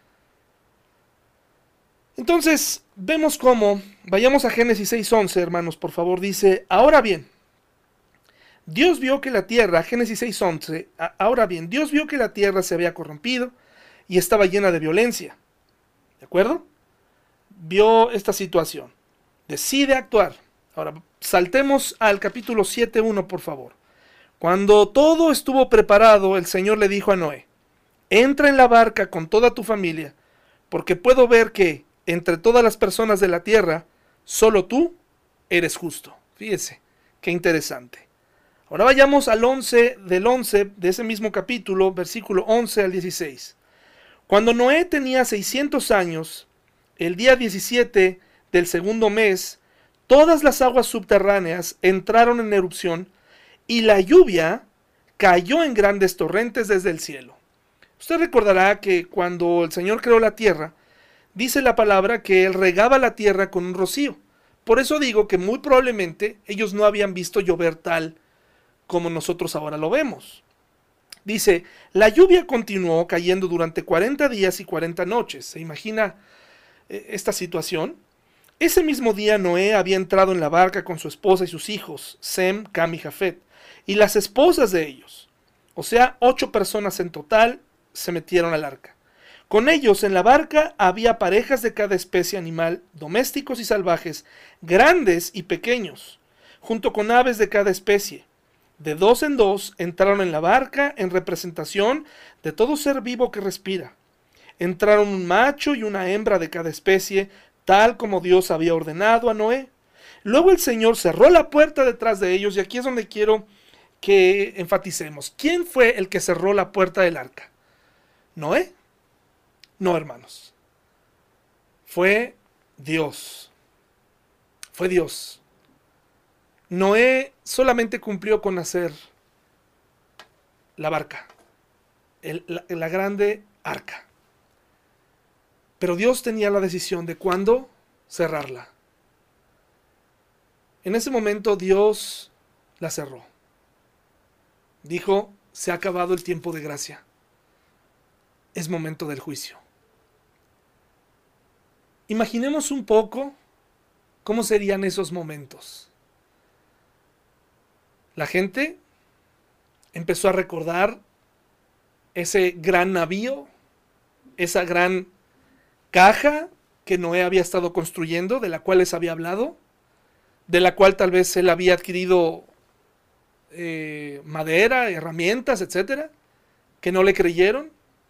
Entonces, vemos cómo, vayamos a Génesis seis once, hermanos, por favor, dice, ahora bien, Dios vio que la tierra, Génesis seis once, ahora bien, Dios vio que la tierra se había corrompido y estaba llena de violencia. ¿De acuerdo? Vio esta situación. Decide actuar. Ahora, saltemos al capítulo siete uno, por favor. Cuando todo estuvo preparado, el Señor le dijo a Noé, entra en la barca con toda tu familia, porque puedo ver que, entre todas las personas de la tierra, solo tú eres justo. Fíjese, qué interesante. Ahora vayamos al once del once de ese mismo capítulo, versículo once al dieciséis. Cuando Noé tenía seiscientos años, el día diecisiete del segundo mes, todas las aguas subterráneas entraron en erupción y la lluvia cayó en grandes torrentes desde el cielo. Usted recordará que cuando el Señor creó la tierra, dice la palabra que Él regaba la tierra con un rocío. Por eso digo que muy probablemente ellos no habían visto llover tal como nosotros ahora lo vemos. Dice, la lluvia continuó cayendo durante cuarenta días y cuarenta noches. ¿Se imagina eh, esta situación? Ese mismo día Noé había entrado en la barca con su esposa y sus hijos, Sem, Cam y Jafet, y las esposas de ellos. O sea, ocho personas en total se metieron al arca. Con ellos en la barca había parejas de cada especie animal, domésticos y salvajes, grandes y pequeños, junto con aves de cada especie. De dos en dos entraron en la barca en representación de todo ser vivo que respira. Entraron un macho y una hembra de cada especie, tal como Dios había ordenado a Noé. Luego el Señor cerró la puerta detrás de ellos, y aquí es donde quiero que enfaticemos. ¿Quién fue el que cerró la puerta del arca? ¿Noé? No, hermanos. Fue Dios. Fue Dios. Noé solamente cumplió con hacer la barca, el, la, la grande arca. Pero Dios tenía la decisión de cuándo cerrarla. En ese momento Dios la cerró. Dijo, se ha acabado el tiempo de gracia. Es momento del juicio. Imaginemos un poco cómo serían esos momentos. La gente empezó a recordar ese gran navío, esa gran caja que Noé había estado construyendo, de la cual les había hablado, de la cual tal vez él había adquirido eh, madera, herramientas, etcétera, que no le creyeron.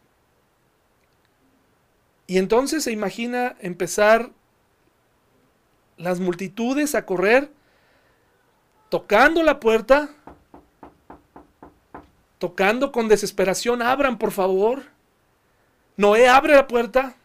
Y entonces se imagina empezar las multitudes a correr, tocando la puerta, tocando con desesperación, abran por favor. Noé abre la puerta.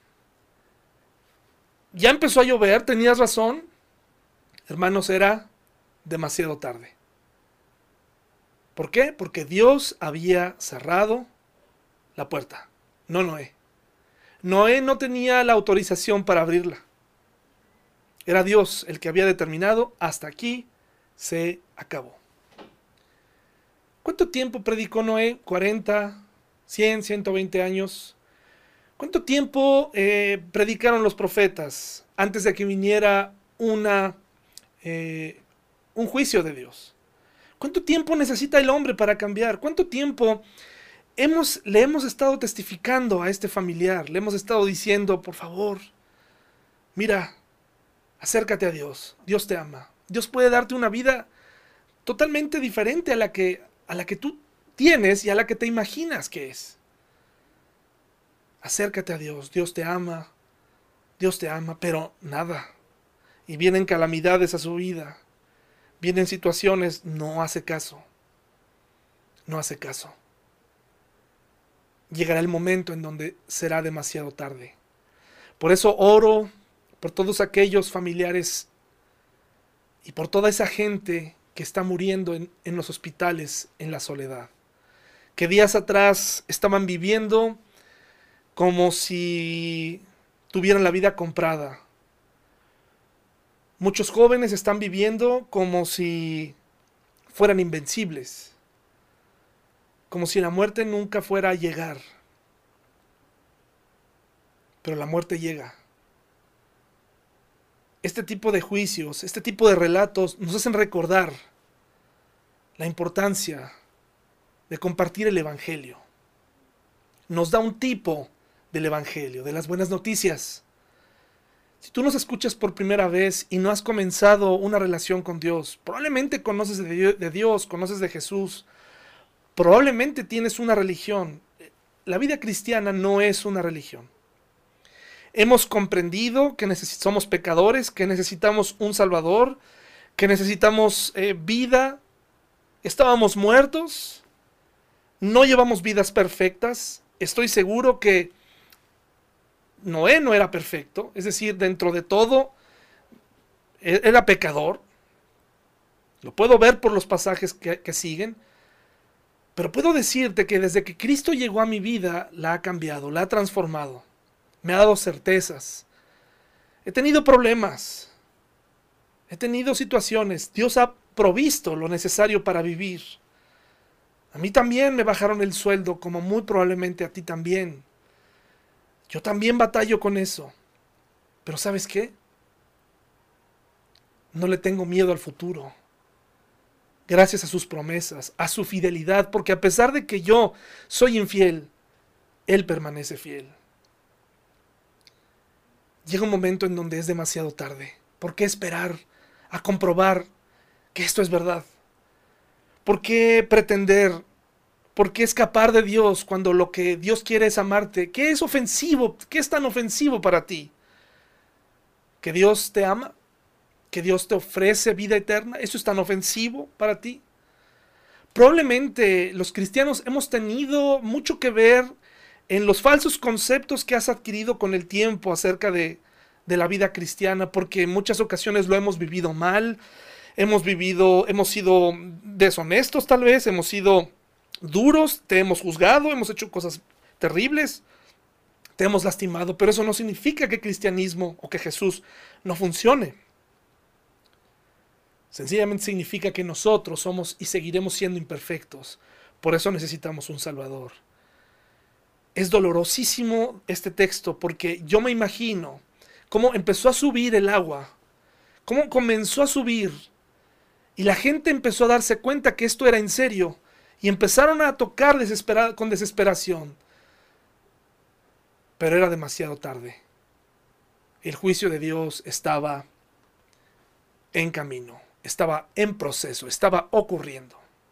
Ya empezó a llover, tenías razón. Hermanos, era demasiado tarde. ¿Por qué? Porque Dios había cerrado la puerta, no Noé. Noé no tenía la autorización para abrirla. Era Dios el que había determinado, hasta aquí se acabó. ¿Cuánto tiempo predicó Noé? cuarenta, cien, ciento veinte años. ¿Cuánto tiempo eh, predicaron los profetas antes de que viniera una, eh, un juicio de Dios? ¿Cuánto tiempo necesita el hombre para cambiar? ¿Cuánto tiempo hemos, le hemos estado testificando a este familiar? Le hemos estado diciendo, por favor, mira, acércate a Dios. Dios te ama. Dios puede darte una vida totalmente diferente a la que, a la que tú tienes y a la que te imaginas que es. Acércate a Dios. Dios te ama. Dios te ama, pero nada. Y vienen calamidades a su vida. Vienen situaciones, no hace caso. No hace caso. Llegará el momento en donde será demasiado tarde. Por eso oro por todos aquellos familiares y por toda esa gente que está muriendo en, en los hospitales en la soledad. Que días atrás estaban viviendo como si tuvieran la vida comprada. Muchos jóvenes están viviendo como si fueran invencibles. Como si la muerte nunca fuera a llegar. Pero la muerte llega. Este tipo de juicios, este tipo de relatos nos hacen recordar la importancia de compartir el Evangelio. Nos da un tipo del Evangelio, de las buenas noticias. Si tú nos escuchas por primera vez y no has comenzado una relación con Dios, probablemente conoces de Dios, conoces de Jesús, probablemente tienes una religión. La vida cristiana no es una religión. Hemos comprendido que somos pecadores, que necesitamos un Salvador, que necesitamos eh, vida. Estábamos muertos, no llevamos vidas perfectas. Estoy seguro que Noé no era perfecto, es decir, dentro de todo, era pecador. Lo puedo ver por los pasajes que, que siguen, pero puedo decirte que desde que Cristo llegó a mi vida, la ha cambiado, la ha transformado. Me ha dado certezas. He tenido problemas. He tenido situaciones. Dios ha provisto lo necesario para vivir. A mí también me bajaron el sueldo, como muy probablemente a ti también. Yo también batallo con eso. Pero ¿sabes qué? No le tengo miedo al futuro. Gracias a sus promesas, a su fidelidad, porque a pesar de que yo soy infiel, Él permanece fiel. Llega un momento en donde es demasiado tarde. ¿Por qué esperar a comprobar que esto es verdad? ¿Por qué pretender? ¿Por qué escapar de Dios cuando lo que Dios quiere es amarte? ¿Qué es ofensivo? ¿Qué es tan ofensivo para ti? ¿Que Dios te ama? ¿Que Dios te ofrece vida eterna? ¿Eso es tan ofensivo para ti? Probablemente los cristianos hemos tenido mucho que ver en los falsos conceptos que has adquirido con el tiempo acerca de, de la vida cristiana, porque en muchas ocasiones lo hemos vivido mal, hemos vivido, hemos sido deshonestos tal vez, hemos sido duros, te hemos juzgado, hemos hecho cosas terribles, te hemos lastimado, pero eso no significa que el cristianismo o que Jesús no funcione. Sencillamente significa que nosotros somos y seguiremos siendo imperfectos. Por eso necesitamos un Salvador. Es dolorosísimo este texto porque yo me imagino cómo empezó a subir el agua, cómo comenzó a subir y la gente empezó a darse cuenta que esto era en serio y empezaron a tocar desespera- con desesperación. Pero era demasiado tarde. El juicio de Dios estaba en camino. Estaba en proceso, estaba ocurriendo.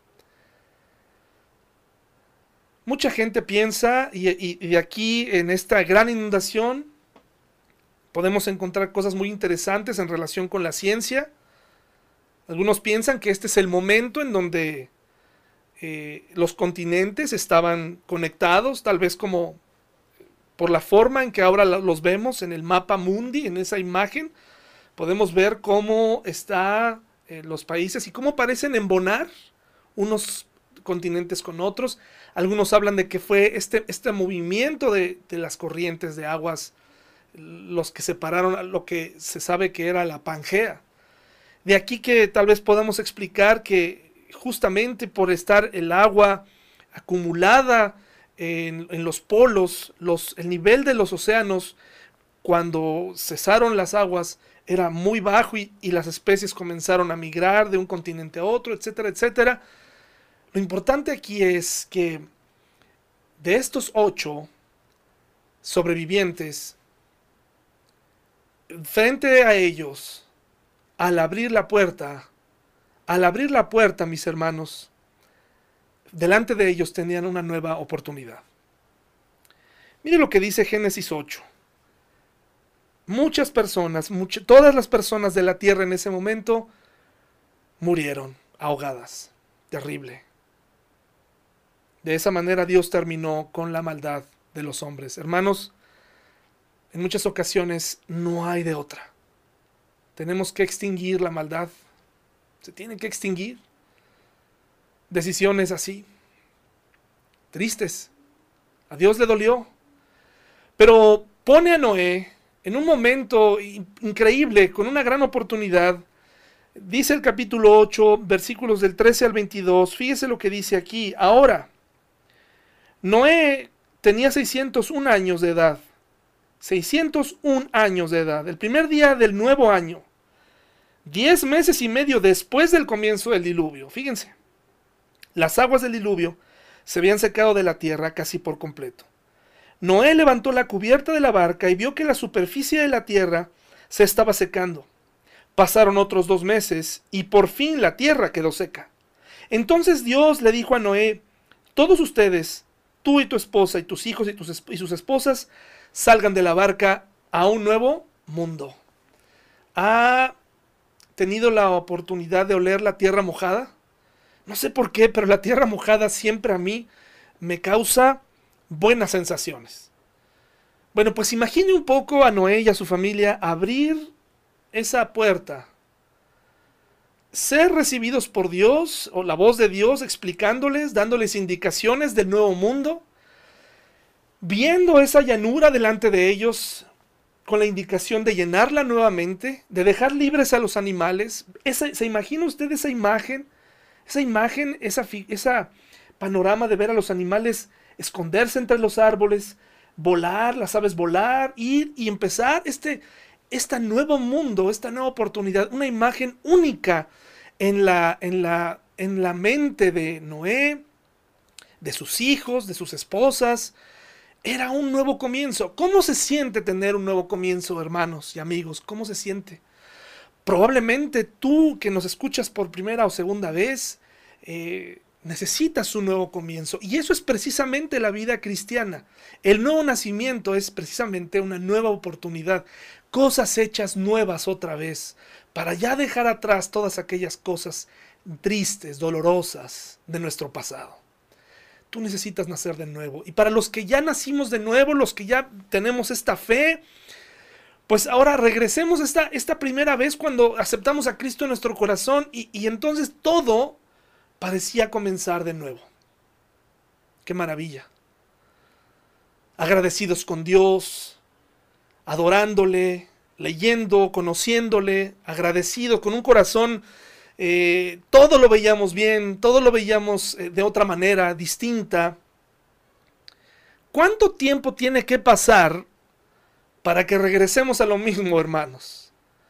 Mucha gente piensa, y, y, y de aquí en esta gran inundación podemos encontrar cosas muy interesantes en relación con la ciencia. Algunos piensan que este es el momento en donde eh, los continentes estaban conectados, tal vez como por la forma en que ahora los vemos en el mapa mundi, en esa imagen. Podemos ver cómo están eh, los países y cómo parecen embonar unos continentes con otros. Algunos hablan de que fue este, este movimiento de, de las corrientes de aguas los que separaron lo que se sabe que era la Pangea. De aquí que tal vez podamos explicar que justamente por estar el agua acumulada en, en los polos, los, el nivel de los océanos, cuando cesaron las aguas, era muy bajo y, y las especies comenzaron a migrar de un continente a otro, etcétera, etcétera. Lo importante aquí es que de estos ocho sobrevivientes, frente a ellos, al abrir la puerta, al abrir la puerta, mis hermanos, delante de ellos tenían una nueva oportunidad. Mire lo que dice Génesis ocho. Muchas personas, much- todas las personas de la tierra en ese momento murieron ahogadas. Terrible. De esa manera Dios terminó con la maldad de los hombres. Hermanos, en muchas ocasiones no hay de otra. Tenemos que extinguir la maldad. Se tiene que extinguir. Decisiones así, tristes. A Dios le dolió. Pero pone a Noé en un momento increíble, con una gran oportunidad. Dice el capítulo ocho, versículos del trece al veintidós. Fíjese lo que dice aquí. Ahora, Noé tenía seiscientos un años de edad. seiscientos un años de edad. El primer día del nuevo año. Diez meses y medio después del comienzo del diluvio. Fíjense. Las aguas del diluvio se habían secado de la tierra casi por completo. Noé levantó la cubierta de la barca y vio que la superficie de la tierra se estaba secando. Pasaron otros dos meses y por fin la tierra quedó seca. Entonces Dios le dijo a Noé: todos ustedes, tú y tu esposa y tus hijos y, tus, y sus esposas, salgan de la barca a un nuevo mundo. ¿Ha tenido la oportunidad de oler la tierra mojada? No sé por qué, pero la tierra mojada siempre a mí me causa buenas sensaciones. Bueno, pues imagine un poco a Noé y a su familia abrir esa puerta, ser recibidos por Dios, o la voz de Dios explicándoles, dándoles indicaciones del nuevo mundo, viendo esa llanura delante de ellos, con la indicación de llenarla nuevamente, de dejar libres a los animales. Esa, ¿se imagina usted esa imagen? Esa imagen, esa, esa panorama de ver a los animales esconderse entre los árboles, volar, las aves volar, ir y empezar este, este nuevo mundo, esta nueva oportunidad, una imagen única en la, en la, en la mente de Noé, de sus hijos, de sus esposas. Era un nuevo comienzo. ¿Cómo se siente tener un nuevo comienzo, hermanos y amigos? ¿Cómo se siente? Probablemente tú que nos escuchas por primera o segunda vez, eh, necesitas un nuevo comienzo. Y eso es precisamente la vida cristiana. El nuevo nacimiento es precisamente una nueva oportunidad. Cosas hechas nuevas otra vez. Para ya dejar atrás todas aquellas cosas tristes, dolorosas de nuestro pasado. Tú necesitas nacer de nuevo. Y para los que ya nacimos de nuevo, los que ya tenemos esta fe, pues ahora regresemos esta, esta primera vez cuando aceptamos a Cristo en nuestro corazón y, y entonces todo parecía comenzar de nuevo. ¡Qué maravilla! Agradecidos con Dios, adorándole, leyendo, conociéndole, agradecidos con un corazón. Eh, todo lo veíamos bien, todo lo veíamos eh, de otra manera, distinta. ¿Cuánto tiempo tiene que pasar para que regresemos a lo mismo, hermanos?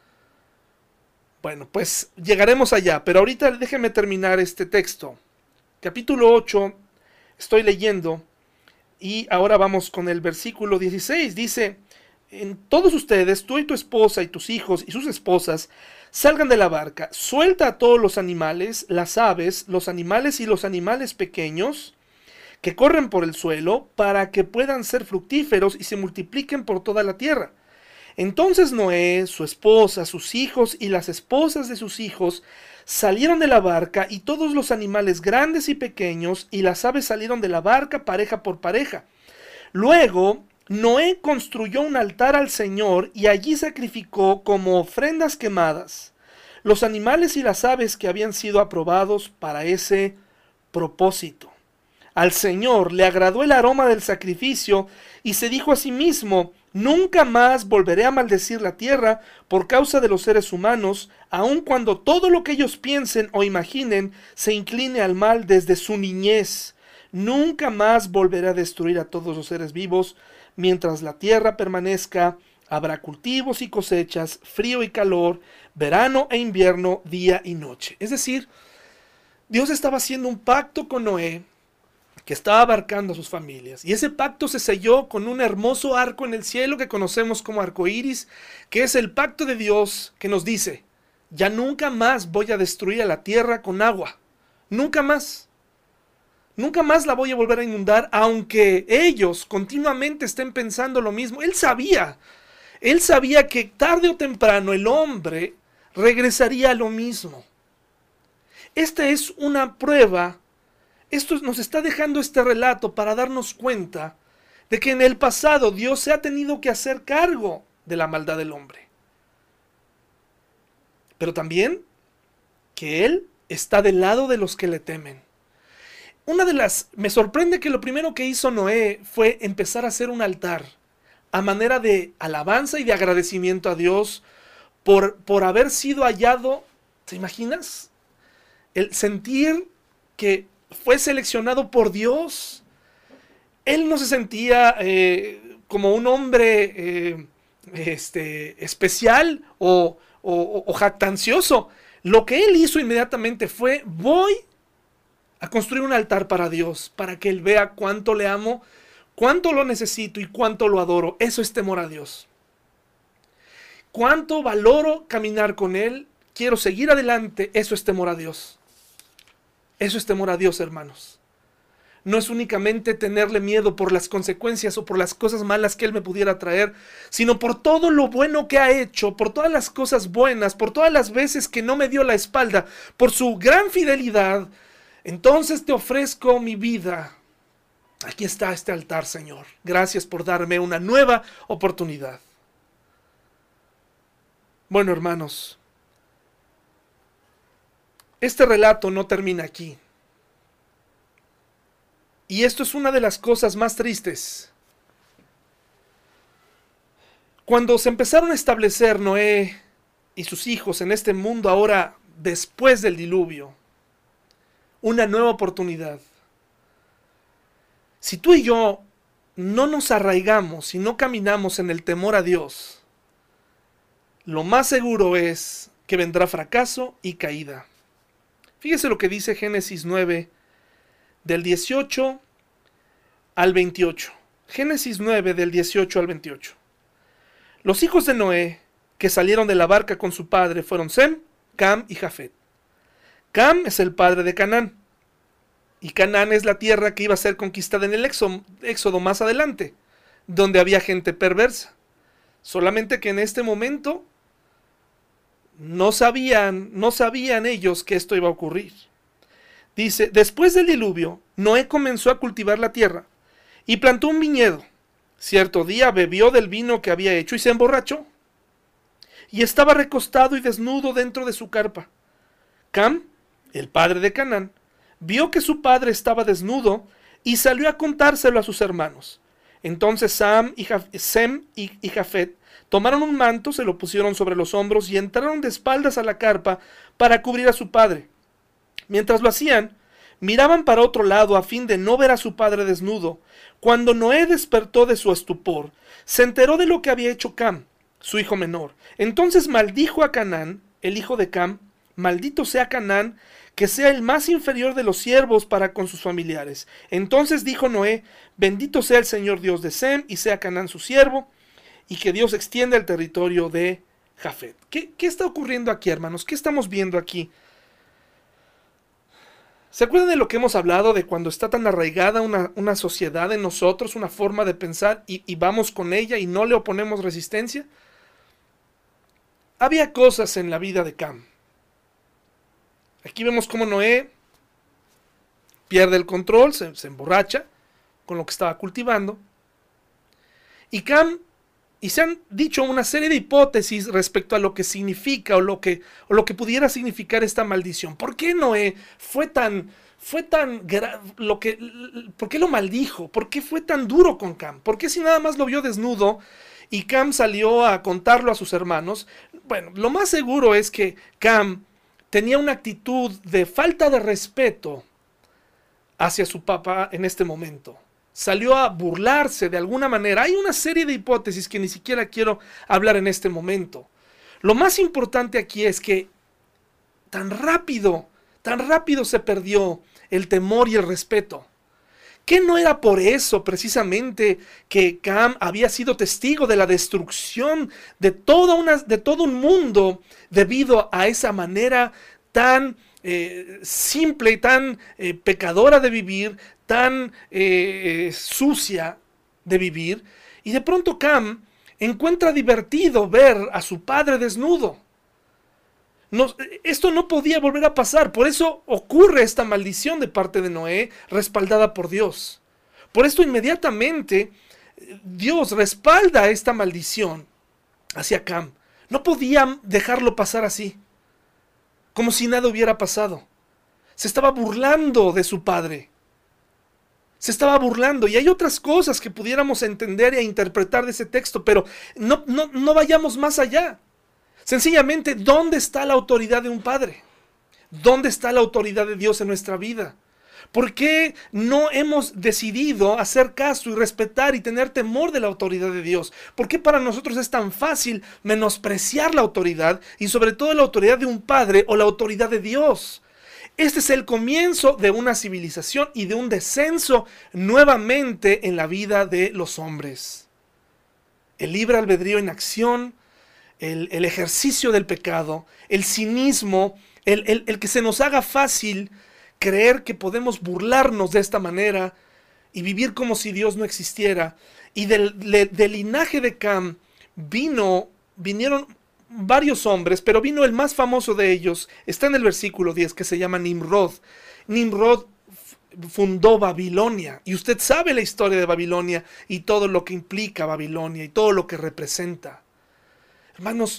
Bueno, pues llegaremos allá, pero ahorita déjenme terminar este texto. Capítulo ocho, estoy leyendo, y ahora vamos con el versículo dieciséis. Dice: en todos ustedes, tú y tu esposa y tus hijos y sus esposas, salgan de la barca, suelta a todos los animales, las aves, los animales y los animales pequeños que corren por el suelo, para que puedan ser fructíferos y se multipliquen por toda la tierra. Entonces Noé, su esposa, sus hijos y las esposas de sus hijos salieron de la barca, y todos los animales grandes y pequeños y las aves salieron de la barca pareja por pareja. Luego Noé construyó un altar al Señor y allí sacrificó como ofrendas quemadas los animales y las aves que habían sido aprobados para ese propósito. Al Señor le agradó el aroma del sacrificio y se dijo a sí mismo: nunca más volveré a maldecir la tierra por causa de los seres humanos, aun cuando todo lo que ellos piensen o imaginen se incline al mal desde su niñez. Nunca más volveré a destruir a todos los seres vivos. Mientras la tierra permanezca, habrá cultivos y cosechas, frío y calor, verano e invierno, día y noche. Es decir, Dios estaba haciendo un pacto con Noé que estaba abarcando a sus familias. Y ese pacto se selló con un hermoso arco en el cielo que conocemos como arco iris, que es el pacto de Dios que nos dice: ya nunca más voy a destruir a la tierra con agua. Nunca más. Nunca más la voy a volver a inundar, aunque ellos continuamente estén pensando lo mismo. Él sabía, él sabía que tarde o temprano el hombre regresaría a lo mismo. Esta es una prueba, esto nos está dejando este relato para darnos cuenta de que en el pasado Dios se ha tenido que hacer cargo de la maldad del hombre. Pero también que Él está del lado de los que le temen. Una de las, me sorprende que lo primero que hizo Noé fue empezar a hacer un altar a manera de alabanza y de agradecimiento a Dios por, por haber sido hallado. ¿Te imaginas? El sentir que fue seleccionado por Dios. Él no se sentía eh, como un hombre eh, este, especial o, o, o jactancioso. Lo que él hizo inmediatamente fue: voy a construir un altar para Dios, para que Él vea cuánto le amo, cuánto lo necesito y cuánto lo adoro. Eso es temor a Dios. Cuánto valoro caminar con Él, quiero seguir adelante. Eso es temor a Dios. Eso es temor a Dios, hermanos. No es únicamente tenerle miedo por las consecuencias o por las cosas malas que Él me pudiera traer, sino por todo lo bueno que ha hecho, por todas las cosas buenas, por todas las veces que no me dio la espalda, por su gran fidelidad. Entonces te ofrezco mi vida. Aquí está este altar, Señor. Gracias por darme una nueva oportunidad. Bueno, hermanos, este relato no termina aquí. Y esto es una de las cosas más tristes. Cuando se empezaron a establecer Noé y sus hijos en este mundo ahora después del diluvio, una nueva oportunidad. Si tú y yo no nos arraigamos y no caminamos en el temor a Dios, lo más seguro es que vendrá fracaso y caída. Fíjese lo que dice Génesis nueve, del dieciocho al veintiocho. Génesis nueve, del dieciocho al veintiocho. Los hijos de Noé que salieron de la barca con su padre fueron Sem, Cam y Jafet. Cam es el padre de Canaán, y Canaán es la tierra que iba a ser conquistada en el éxodo, éxodo más adelante, donde había gente perversa. Solamente que en este momento no sabían, no sabían ellos que esto iba a ocurrir. Dice, después del diluvio, Noé comenzó a cultivar la tierra y plantó un viñedo. Cierto día bebió del vino que había hecho y se emborrachó. Y estaba recostado y desnudo dentro de su carpa. Cam, el padre de Canaán, vio que su padre estaba desnudo y salió a contárselo a sus hermanos. Entonces Sam y Jaf Sem y, y Jafet tomaron un manto, se lo pusieron sobre los hombros y entraron de espaldas a la carpa para cubrir a su padre. Mientras lo hacían, miraban para otro lado a fin de no ver a su padre desnudo. Cuando Noé despertó de su estupor, se enteró de lo que había hecho Cam, su hijo menor. Entonces maldijo a Canaán, el hijo de Cam, maldito sea Canaán, que sea el más inferior de los siervos para con sus familiares. Entonces dijo Noé, bendito sea el Señor Dios de Sem, y sea Canaán su siervo, y que Dios extienda el territorio de Jafet. ¿Qué, qué está ocurriendo aquí, hermanos? ¿Qué estamos viendo aquí? ¿Se acuerdan de lo que hemos hablado de cuando está tan arraigada una, una sociedad en nosotros, una forma de pensar, y, y vamos con ella y no le oponemos resistencia? Había cosas en la vida de Cam. Aquí vemos cómo Noé pierde el control, se, se emborracha con lo que estaba cultivando. Y Cam, y se han dicho una serie de hipótesis respecto a lo que significa o lo que, o lo que pudiera significar esta maldición. ¿Por qué Noé fue tan, fue tan, lo que, por qué lo maldijo? ¿Por qué fue tan duro con Cam? ¿Por qué si nada más lo vio desnudo y Cam salió a contarlo a sus hermanos? Bueno, lo más seguro es que Cam tenía una actitud de falta de respeto hacia su papá en este momento. Salió a burlarse de alguna manera. Hay una serie de hipótesis que ni siquiera quiero hablar en este momento. Lo más importante aquí es que tan rápido, tan rápido se perdió el temor y el respeto. ¿Qué no era por eso precisamente que Cam había sido testigo de la destrucción de, toda una, de todo un mundo debido a esa manera tan eh, simple y tan eh, pecadora de vivir, tan eh, sucia de vivir? Y de pronto Cam encuentra divertido ver a su padre desnudo. No, esto no podía volver a pasar, por eso ocurre esta maldición de parte de Noé, respaldada por Dios. Por esto inmediatamente Dios respalda esta maldición hacia Cam. No podían dejarlo pasar así, como si nada hubiera pasado. Se estaba burlando de su padre. Se estaba burlando, y hay otras cosas que pudiéramos entender e interpretar de ese texto, pero no, no, no vayamos más allá. Sencillamente, ¿dónde está la autoridad de un padre? ¿Dónde está la autoridad de Dios en nuestra vida? ¿Por qué no hemos decidido hacer caso y respetar y tener temor de la autoridad de Dios? ¿Por qué para nosotros es tan fácil menospreciar la autoridad y sobre todo la autoridad de un padre o la autoridad de Dios? Este es el comienzo de una civilización y de un descenso nuevamente en la vida de los hombres. El libre albedrío en acción, El, el ejercicio del pecado, el cinismo, el, el, el que se nos haga fácil creer que podemos burlarnos de esta manera y vivir como si Dios no existiera. Y del, de, del linaje de Cam vino, vinieron varios hombres, pero vino el más famoso de ellos, está en el versículo diez, que se llama Nimrod. Nimrod fundó Babilonia, y usted sabe la historia de Babilonia y todo lo que implica Babilonia y todo lo que representa. Hermanos,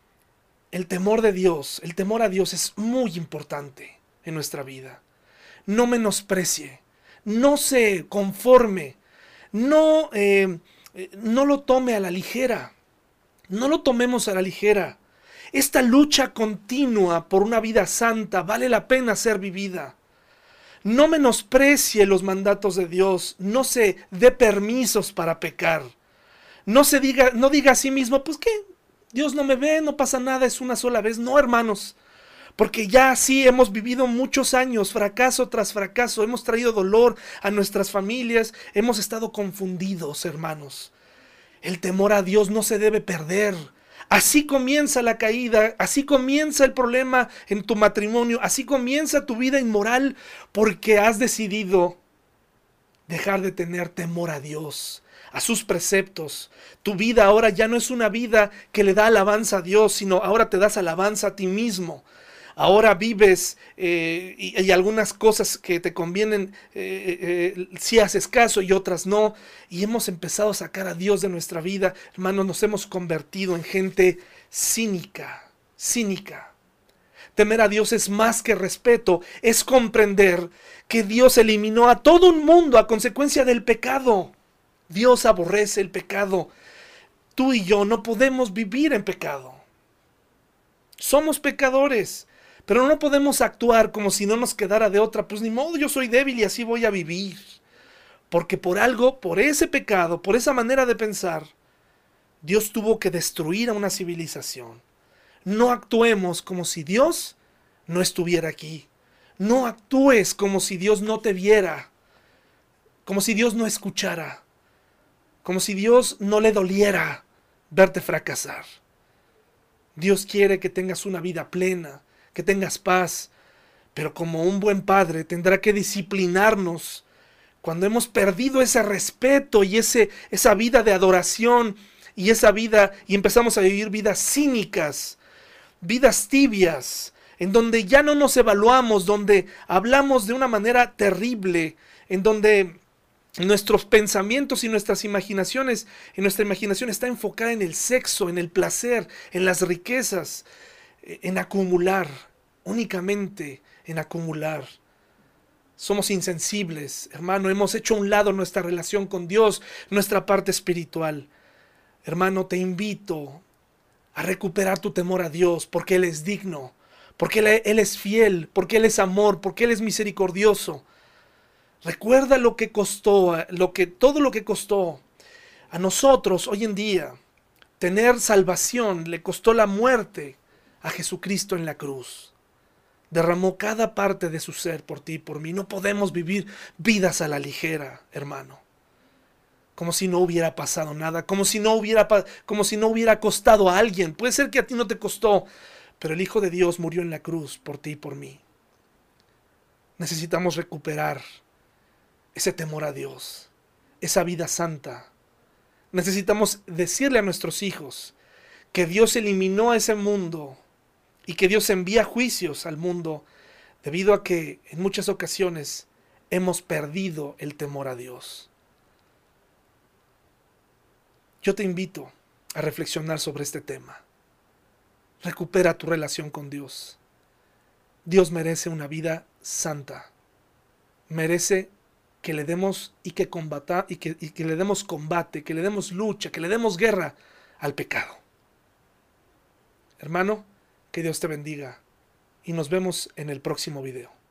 el temor de Dios, el temor a Dios es muy importante en nuestra vida. No menosprecie, no se conforme, no, eh, no lo tome a la ligera, no lo tomemos a la ligera. Esta lucha continua por una vida santa vale la pena ser vivida. No menosprecie los mandatos de Dios. No se dé permisos para pecar. No se diga, no diga a sí mismo, pues qué, Dios no me ve, no pasa nada, es una sola vez. No, hermanos, porque ya así hemos vivido muchos años, fracaso tras fracaso, hemos traído dolor a nuestras familias, hemos estado confundidos, hermanos. El temor a Dios no se debe perder. Así comienza la caída, así comienza el problema en tu matrimonio, así comienza tu vida inmoral, porque has decidido dejar de tener temor a Dios, a sus preceptos. Tu vida ahora ya no es una vida que le da alabanza a Dios, sino ahora te das alabanza a ti mismo. Ahora vives eh, y, y algunas cosas que te convienen eh, eh, si haces caso y otras no. Y hemos empezado a sacar a Dios de nuestra vida. Hermanos, nos hemos convertido en gente cínica, cínica. Temer a Dios es más que respeto, es comprender que Dios eliminó a todo un mundo a consecuencia del pecado. Dios aborrece el pecado. Tú y yo no podemos vivir en pecado. Somos pecadores. Pero no podemos actuar como si no nos quedara de otra. Pues ni modo, yo soy débil y así voy a vivir. Porque por algo, por ese pecado, por esa manera de pensar, Dios tuvo que destruir a una civilización. No actuemos como si Dios no estuviera aquí. No actúes como si Dios no te viera. Como si Dios no escuchara. Como si Dios no le doliera verte fracasar. Dios quiere que tengas una vida plena, que tengas paz, pero como un buen padre tendrá que disciplinarnos cuando hemos perdido ese respeto y ese, esa vida de adoración y esa vida, y empezamos a vivir vidas cínicas, vidas tibias, en donde ya no nos evaluamos, donde hablamos de una manera terrible, en donde nuestros pensamientos y nuestras imaginaciones, y nuestra imaginación está enfocada en el sexo, en el placer, en las riquezas, en acumular, únicamente en acumular. Somos insensibles, hermano, hemos hecho a un lado nuestra relación con Dios, nuestra parte espiritual. Hermano, te invito a recuperar tu temor a Dios, porque Él es digno, porque Él, Él es fiel, porque Él es amor, porque Él es misericordioso. Recuerda lo que costó, lo que, todo lo que costó a nosotros hoy en día. Tener salvación le costó la muerte a Jesucristo en la cruz. Derramó cada parte de su ser por ti y por mí. No podemos vivir vidas a la ligera, hermano. Como si no hubiera pasado nada, como si no hubiera, como si no hubiera costado a alguien. Puede ser que a ti no te costó, pero el Hijo de Dios murió en la cruz por ti y por mí. Necesitamos recuperar ese temor a Dios, esa vida santa. Necesitamos decirle a nuestros hijos que Dios eliminó a ese mundo y que Dios envía juicios al mundo debido a que en muchas ocasiones hemos perdido el temor a Dios. Yo te invito a reflexionar sobre este tema. Recupera tu relación con Dios. Dios merece una vida santa. Merece que le demos y que combata y que, y que le demos combate, que le demos lucha, que le demos guerra al pecado. Hermano, que Dios te bendiga y nos vemos en el próximo video.